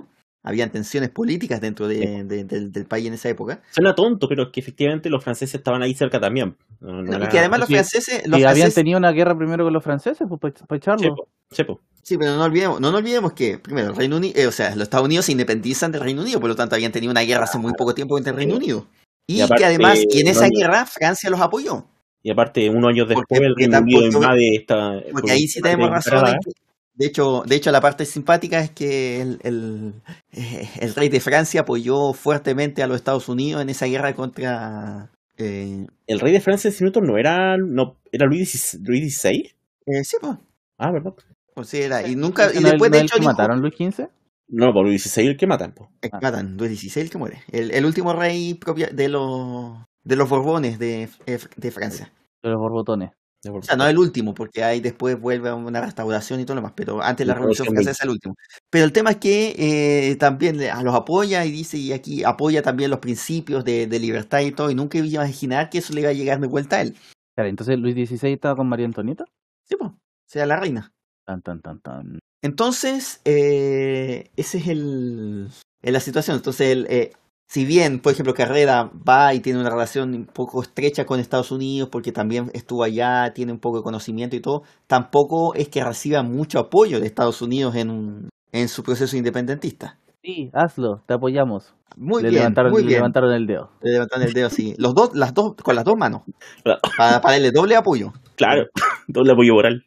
habían tensiones políticas dentro de, de, de, del país en esa época. Suena tonto, pero es que efectivamente los franceses estaban ahí cerca también. No, no No, era... y que además los Sí, franceses... Los y habían franceses tenido una guerra primero con los franceses, pues, para echarlo. Chepo, chepo. sí, pero no olvidemos, no nos olvidemos que, primero, el Reino Unido, eh, o sea, los Estados Unidos se independizan del Reino Unido, por lo tanto habían tenido una guerra hace muy poco tiempo entre el Reino Unido. Y, Y aparte, que además, y en esa no- guerra Francia los apoyó. Y aparte, unos años después, Porque- el porque Reino Unido tampoco- invade esta... Porque ahí sí tenemos razón. Canadá. En que- de hecho, de hecho, la parte simpática es que el, el, eh, el rey de Francia apoyó fuertemente a los Estados Unidos en esa guerra contra... Eh, El rey de Francia en ese minuto no era... No, ¿era Luis dieciséis? eh, sí, pues. Ah, ¿verdad? Pues sí, era. Y nunca, y ¿No es- después no de es el hecho que dijo, mataron Luis quince? No, por Luis dieciséis el que matan, po. eh, matan, Luis dieciséis el que muere. El, el último rey propia de los de los Borbones de, eh, de Francia. De los borbotones. O sea, no el último, porque ahí después vuelve a una restauración y todo lo demás, pero antes de la La Revolución Revolución Francesa es el último. Pero el tema es que eh, también le- a los apoya y dice, y aquí apoya también los principios de, de libertad y todo, y nunca iba a imaginar que eso le iba a llegar de vuelta a él. Claro, entonces Luis dieciséis estaba con María Antonieta. Sí, pues, sea la reina. Tan, tan, tan, tan. Entonces, eh, ese es el, es la situación. Entonces, el, eh, si bien, por ejemplo, Carrera va y tiene una relación un poco estrecha con Estados Unidos, porque también estuvo allá, tiene un poco de conocimiento y todo, tampoco es que reciba mucho apoyo de Estados Unidos en, un- en su proceso independentista. Sí, hazlo, te apoyamos. Muy le bien, levantaron, muy le bien. levantaron el dedo. Le levantaron el dedo así. Los dos, las dos, con las dos manos. Para, para darle doble apoyo. Claro, doble apoyo moral.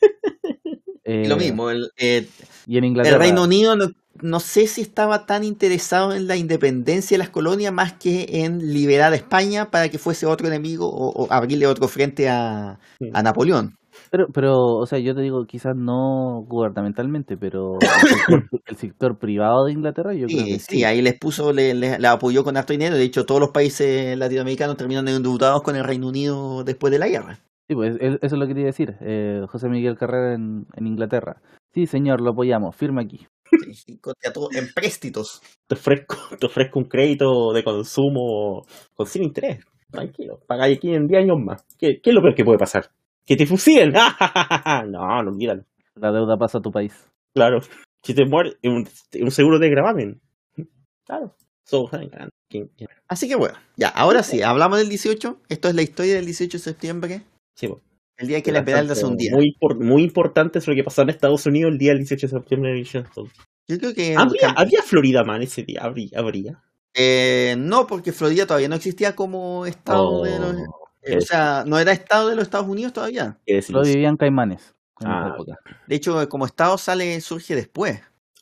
Eh, Y lo mismo, el, eh, Y en Inglaterra. el Reino Unido no, no sé si estaba tan interesado en la independencia de las colonias más que en liberar a España para que fuese otro enemigo o, o abrirle otro frente a, a Napoleón. Pero, pero, o sea, yo te digo, quizás no gubernamentalmente, pero el sector, el sector privado de Inglaterra, yo creo Sí, que sí, sí. ahí les puso, le, le- le apoyó con harto dinero. De hecho, todos los países latinoamericanos terminaron endeudados con el Reino Unido después de la guerra. Sí, pues es- eso es lo que quería decir. Eh, José Miguel Carrera en, en Inglaterra. Sí, señor, lo apoyamos, firma aquí. Sí, sí, con- a todo- en préstitos. Te ofrezco, te ofrezco un crédito de consumo con sin interés. Tranquilo, pagáis aquí en diez años más. ¿Qué, qué es lo peor que puede pasar? ¡Que te fusilen! No, no, olvídalo. La deuda pasa a tu país. Claro. Si te mueres, un, un seguro de gravamen. Claro. So, ¿quién- quién? Así que bueno, ya, ahora sí, hablamos del dieciocho. Esto es la historia del dieciocho de septiembre. Sí, po. El día que la Esmeralda hace un día. Muy, impor- muy importante es lo que pasó en Estados Unidos el día del dieciocho de septiembre de Washington. Yo creo que... ¿Habría, habría Florida Man ese día? ¿Habría? habría? Eh, no, porque Florida todavía no existía como estado Oh, de los... eh, qué o sea, no era estado de los Estados Unidos todavía. qué Solo desilusión. vivían caimanes en Ah, esa época. De hecho, como estado sale surge después.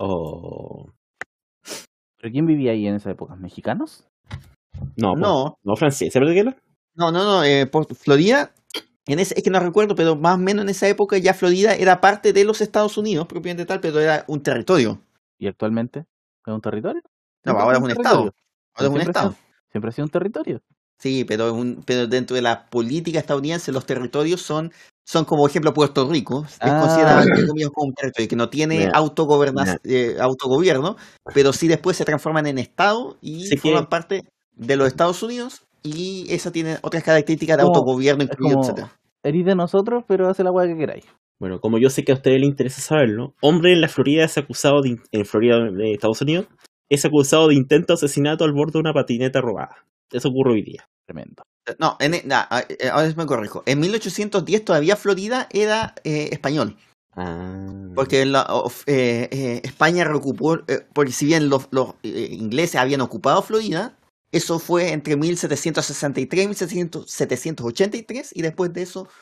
Oh. ¿Pero quién vivía ahí en esa época? ¿Mexicanos? No, po. No, no francés, ¿sabes qué era? no, no, no. Eh, por Florida, en ese, es que no recuerdo, pero más o menos en esa época ya Florida era parte de los Estados Unidos, propiamente tal, pero era un territorio. ¿Y actualmente? ¿Es un territorio? No, Siempre ahora fue es un estado. territorio. Ahora es un Siempre ha estado. sido- Siempre ha sido un territorio. Sí, pero, es un, pero dentro de la política estadounidense los territorios son, son como ejemplo Puerto Rico, es Ah. considerado entre comillas, como un territorio que no tiene Ya. autogoberna- eh, autogobierno, pero sí después se transforman en estado y Sé que- forman parte de los Estados Unidos y esa tiene otras características de Como- autogobierno Es incluido, como, etcétera. eres de nosotros, pero hace la hueá que queráis. Bueno, como yo sé que a ustedes les interesa saberlo, hombre en la Florida es acusado de, in- en Florida de Estados Unidos, es acusado de intento de asesinato al borde de una patineta robada. Eso ocurre hoy día. Tremendo. No, en, e- nah, eh, ahora me corrijo. En mil ochocientos diez todavía Florida era eh, español. Ah. Porque la- of- eh, eh, España reocupó, eh, porque si bien los, los, eh, ingleses habían ocupado Florida, eso fue entre mil setecientos sesenta y tres y mil setecientos ochenta y tres, y después de eso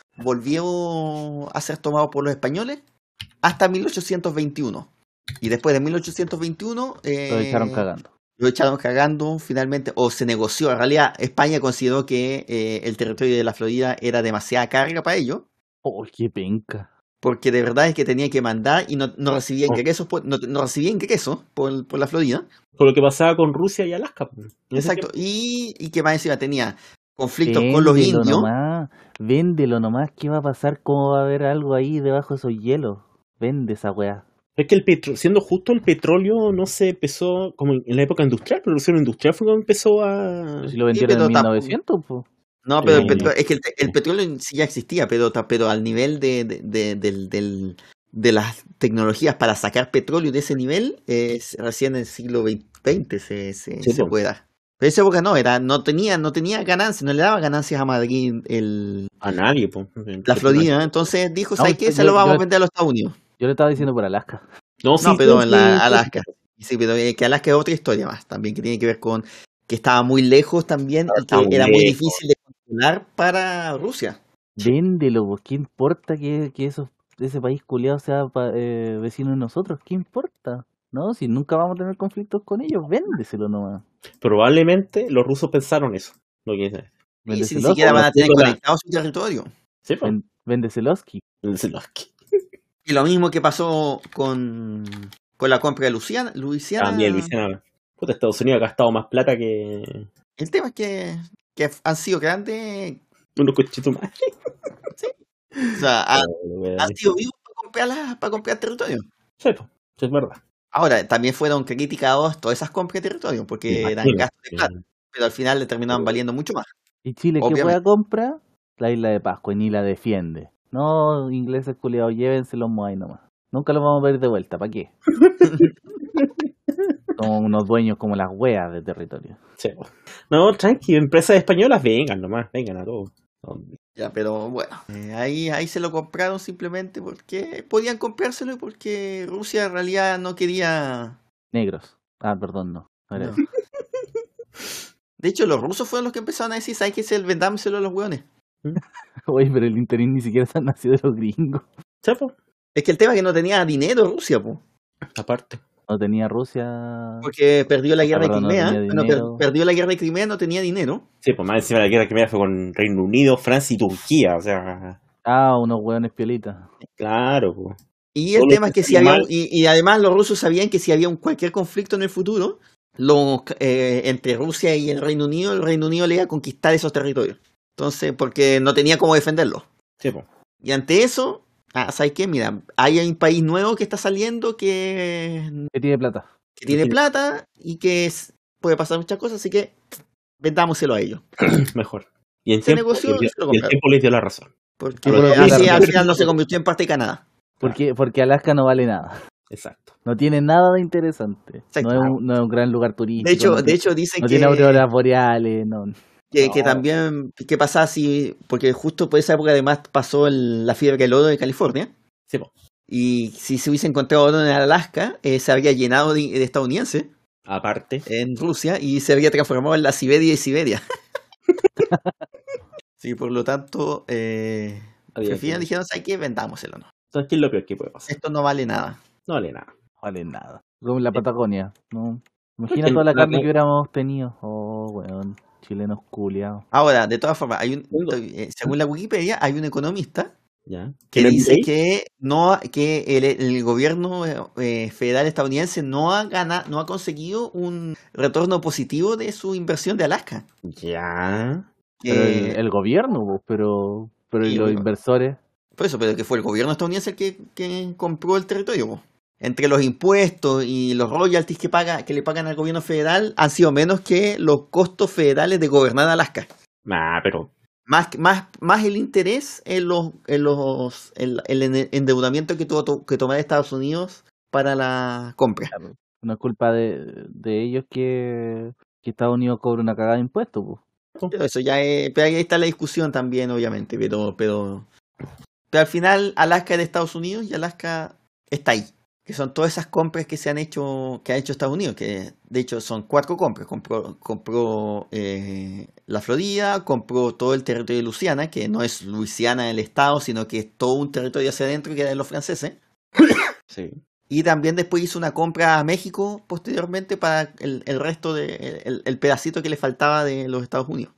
volvió a ser tomado por los españoles hasta mil ochocientos veintiuno. Y después de mil ochocientos veintiuno eh, Lo echaron cagando. lo echaron cagando finalmente, o se negoció. En realidad, España consideró que eh, el territorio de la Florida era demasiada carga para ellos, Oh, qué penca. porque de verdad es que tenía que mandar y no, no recibía Oh. ingresos, por, no, no recibía ingresos por, por la Florida. Con lo que pasaba con Rusia y Alaska. pues. En ese Exacto. tiempo. Y, y que más encima tenía conflictos con los Véndelo indios. nomás. Véndelo nomás. ¿Qué va a pasar? ¿Cómo va a haber algo ahí debajo de esos hielos? Vende esa weá. Es que el petro, siendo justo, el petróleo no se empezó como en la época industrial, pero la revolución industrial fue cuando empezó a... Si lo vendieron pero en tampoco- mil novecientos, pues. No, pero el Eh. petróleo, es que el, el petróleo en sí ya existía, pero, ta- pero al nivel de, de- de- del, del, de las tecnologías para sacar petróleo de ese nivel, es recién en el siglo veinte se, se, Sí, se po. puede dar. Pero en esa época no, era, no tenía, no tenía ganancias, no le daba ganancias a Madrid el, A nadie, pues. la Florida, entonces dijo, No, ¿sabes qué? Se yo, lo vamos yo, a vender a los Estados Unidos. yo le estaba diciendo por Alaska. No, sí, No, pero sí, en la sí, Alaska. Sí, pero eh, que Alaska es otra historia más, también que tiene que ver con que estaba muy lejos también y Estaba que muy era muy lejos. difícil de controlar para Rusia. Véndelo, pues, ¿qué importa que, que esos, ese país culiado sea pa- eh, vecino de nosotros? ¿Qué importa? No, si nunca vamos a tener conflictos con ellos, véndeselo nomás. Probablemente los rusos pensaron eso. Lo que dice. Sí, si ni Véndeselo, siquiera van a tener Conociendo la- conectado su territorio. Sí, pues. ven- véndeseloski. Zelensky. Y lo mismo que pasó con, con la compra de Luisiana. Luisiana. También Luisiana. Puta, Estados Unidos ha gastado más plata que El tema es que, que han sido grandes. unos cochitos más. O sea, han, han sido vivos para comprar, las- para comprar territorio. Sí, pues. Sí, es verdad. Ahora, también fueron criticados todas esas compras de territorio porque eran Imagino. gastos de plata, pero al final le terminaban valiendo mucho más. ¿Y Chile qué Obviamente. pueda comprar? La isla de Pascua y ni la defiende. No, ingleses culiados, llévenselos ahí nomás. Nunca los vamos a ver de vuelta, ¿para qué? Somos unos dueños como las weas de territorio. Sí, pues. No, tranqui, empresas españolas, vengan nomás, vengan a todos. Ya, pero bueno, eh, ahí, ahí se lo compraron simplemente porque podían comprárselo y porque Rusia en realidad no quería. Negros. Ah, perdón, no. no era No. eso. De hecho, los rusos fueron los que empezaron a decir, ¿sabes qué es el vendámoselo a los hueones? Oye, pero el interín ni siquiera se han nacido de los gringos. Sí, pues. Es que el tema es que no tenía dinero Rusia, po, Aparte. No tenía Rusia. porque perdió la guerra de perdón, no Crimea. tenía Bueno, per- dinero. perdió la guerra de Crimea, no tenía dinero. Sí, pues más encima de la guerra que me fue con Reino Unido, Francia y Turquía. O sea, Ah, unos hueones piolitas. claro, pues. Y el Todo lo tema es que que si salió había, mal. y, y además los rusos sabían que si había un cualquier conflicto en el futuro, los, eh, entre Rusia y el Reino Unido, el Reino Unido le iba a conquistar esos territorios. Entonces, porque no tenía cómo defenderlos. Sí, pues. Y ante eso, ah, ¿sabes qué? Mira, hay un país nuevo que está saliendo que, Que tiene plata. que tiene Sí. plata y que es- puede pasar muchas cosas, así que vendámoselo a ellos. Mejor. Y en Se tiempo, negoció y y el, se lo y el compraron. tiempo les dio la razón. Porque Sí, pero así claro. al final no se convirtió en parte de Canadá. Porque, porque Alaska no vale nada. Exacto. No tiene nada de interesante. Exacto. No es, un, no es un gran lugar turístico. De hecho, no de tiene, hecho dicen no que... tiene auroras boreales. No. Que, que No. también, ¿qué pasaba si, porque justo por esa época además pasó el- la fiebre del oro de California, Sí, pues. y si se hubiese encontrado oro en Alaska, eh, se habría llenado de, de estadounidenses Aparte. en Rusia y se habría transformado en la Siberia de Siberia. Sí, por lo tanto, eh, Había al final que- dijeron, ¿sabes qué? Vendámoselo, ¿no? ¿Sabes qué es lo peor que puede pasar? Esto no vale nada. No vale nada. No vale nada. Como en la Patagonia. ¿no? Imagina Porque toda la no- carne no- que hubiéramos tenido. Oh, weón. Chilenos culiados. Ahora, de todas formas, hay un, Tengo- eh, según la Wikipedia, hay un economista ¿Ya? que ¿Tienen dice ley? que no que el, el gobierno eh, federal estadounidense no ha gana, no ha conseguido un retorno positivo de su inversión de Alaska. Ya. Pero el, Que- el gobierno, pues, pero, pero ¿y Sí, los bueno. inversores? Por eso, pero que fue el gobierno estadounidense el que, que compró el territorio. Po. Entre los impuestos y los royalties que paga, que le pagan al gobierno federal han sido menos que los costos federales de gobernar Alaska. Ah, pero. Más, más, más el interés en los, en los el, el endeudamiento que tuvo to- que tomar Estados Unidos para la compra. No es culpa de, de ellos que, que Estados Unidos cobre una cagada de impuestos, pues. Pero eso ya es, pero ahí está la discusión también, obviamente, pero, pero, pero al final Alaska es de Estados Unidos y Alaska está ahí. Que son todas esas compras que se han hecho, que ha hecho Estados Unidos, que de hecho son cuatro compras. Compró, compró eh, la Florida, compró todo el territorio de Luisiana, que no es Luisiana el estado, sino que es todo un territorio hacia adentro que era de los franceses. Sí. Y también después hizo una compra a México posteriormente para el, el resto de el, el pedacito que le faltaba de los Estados Unidos.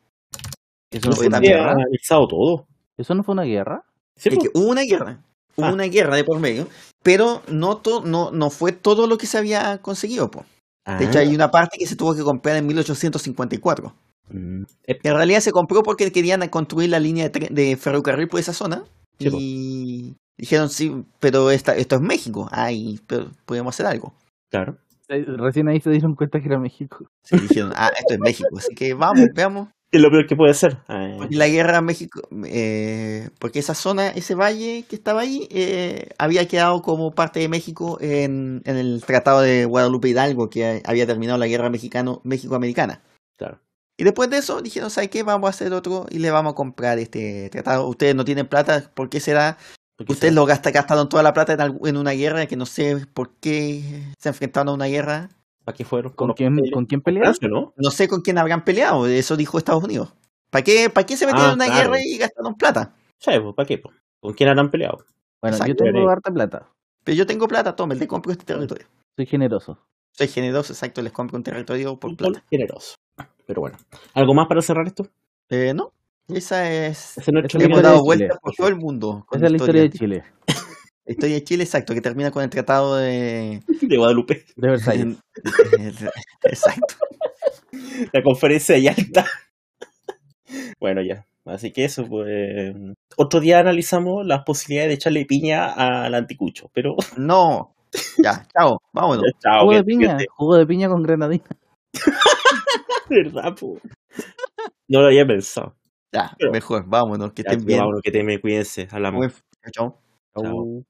Eso ¿No no Oye, fue una también, guerra. ha anexado todo? ¿Eso no fue una guerra? Sí, Es pues. que hubo una guerra, hubo Ah. una guerra de por medio, pero no, to- no, no fue todo lo que se había conseguido. Po. De hecho, Ah. hay una parte que se tuvo que comprar en mil ochocientos cincuenta y cuatro. Mm. Eh, Que en realidad se compró porque querían construir la línea de, tre- de ferrocarril por esa zona. Sí, po. Y dijeron, sí, pero esta, esto es México. Ay, pero podemos hacer algo. Claro. Eh, Recién ahí se dieron cuenta que era México. Sí, dijeron, ah, esto es México. Así que vamos, veamos. Es lo peor que puede ser. Eh, Porque la guerra México, eh, porque esa zona, ese valle que estaba ahí, eh, había quedado como parte de México en, en el Tratado de Guadalupe Hidalgo, que había terminado la guerra mexicano, México-americana. claro. Y después de eso dijeron, ¿sabes qué? Vamos a hacer otro y le vamos a comprar este tratado. Ustedes no tienen plata, ¿por qué será? Porque Ustedes será- lo gasta- gastaron toda la plata en, algu- en una guerra que no sé por qué se enfrentaron a una guerra. ¿Para qué fueron? ¿Con los quién, papeles? ¿con quién Con pelearon? Francia, ¿no? No sé con quién habrán peleado, eso dijo Estados Unidos. ¿Para qué, para qué se metieron Ah, en una claro. guerra y gastaron plata? ¿Sabes? ¿Para qué? po? ¿Con quién habrán peleado? Bueno, yo Exacto. tengo harta plata. Pero yo tengo plata, tome, le compro este territorio. Soy generoso. Soy generoso, exacto, les compro un territorio por Un plata. generoso. Pero bueno. ¿Algo más para cerrar esto? Eh, no, esa es... Ese es nuestro Esa es la Hemos historia dado de vueltas Chile. por todo el mundo. con Esa es la historia de historias. Chile, La historia de Chile, exacto, que termina con el tratado de... de Guadalupe. de Versalles. Exacto. La conferencia de Yalta. Bueno, ya. Así que eso, pues. Otro día analizamos las posibilidades de echarle piña al anticucho. Pero. No. Ya, chao, vámonos. Chao, Jugo que- de piña, que- jugo de piña con granadina. ¿Verdad, po? No lo había pensado. Ya, Pero- mejor, vámonos, que Ya, estén chico, bien. vámonos, que te me cuídense. Hablamos. Buen- Chao. Chao.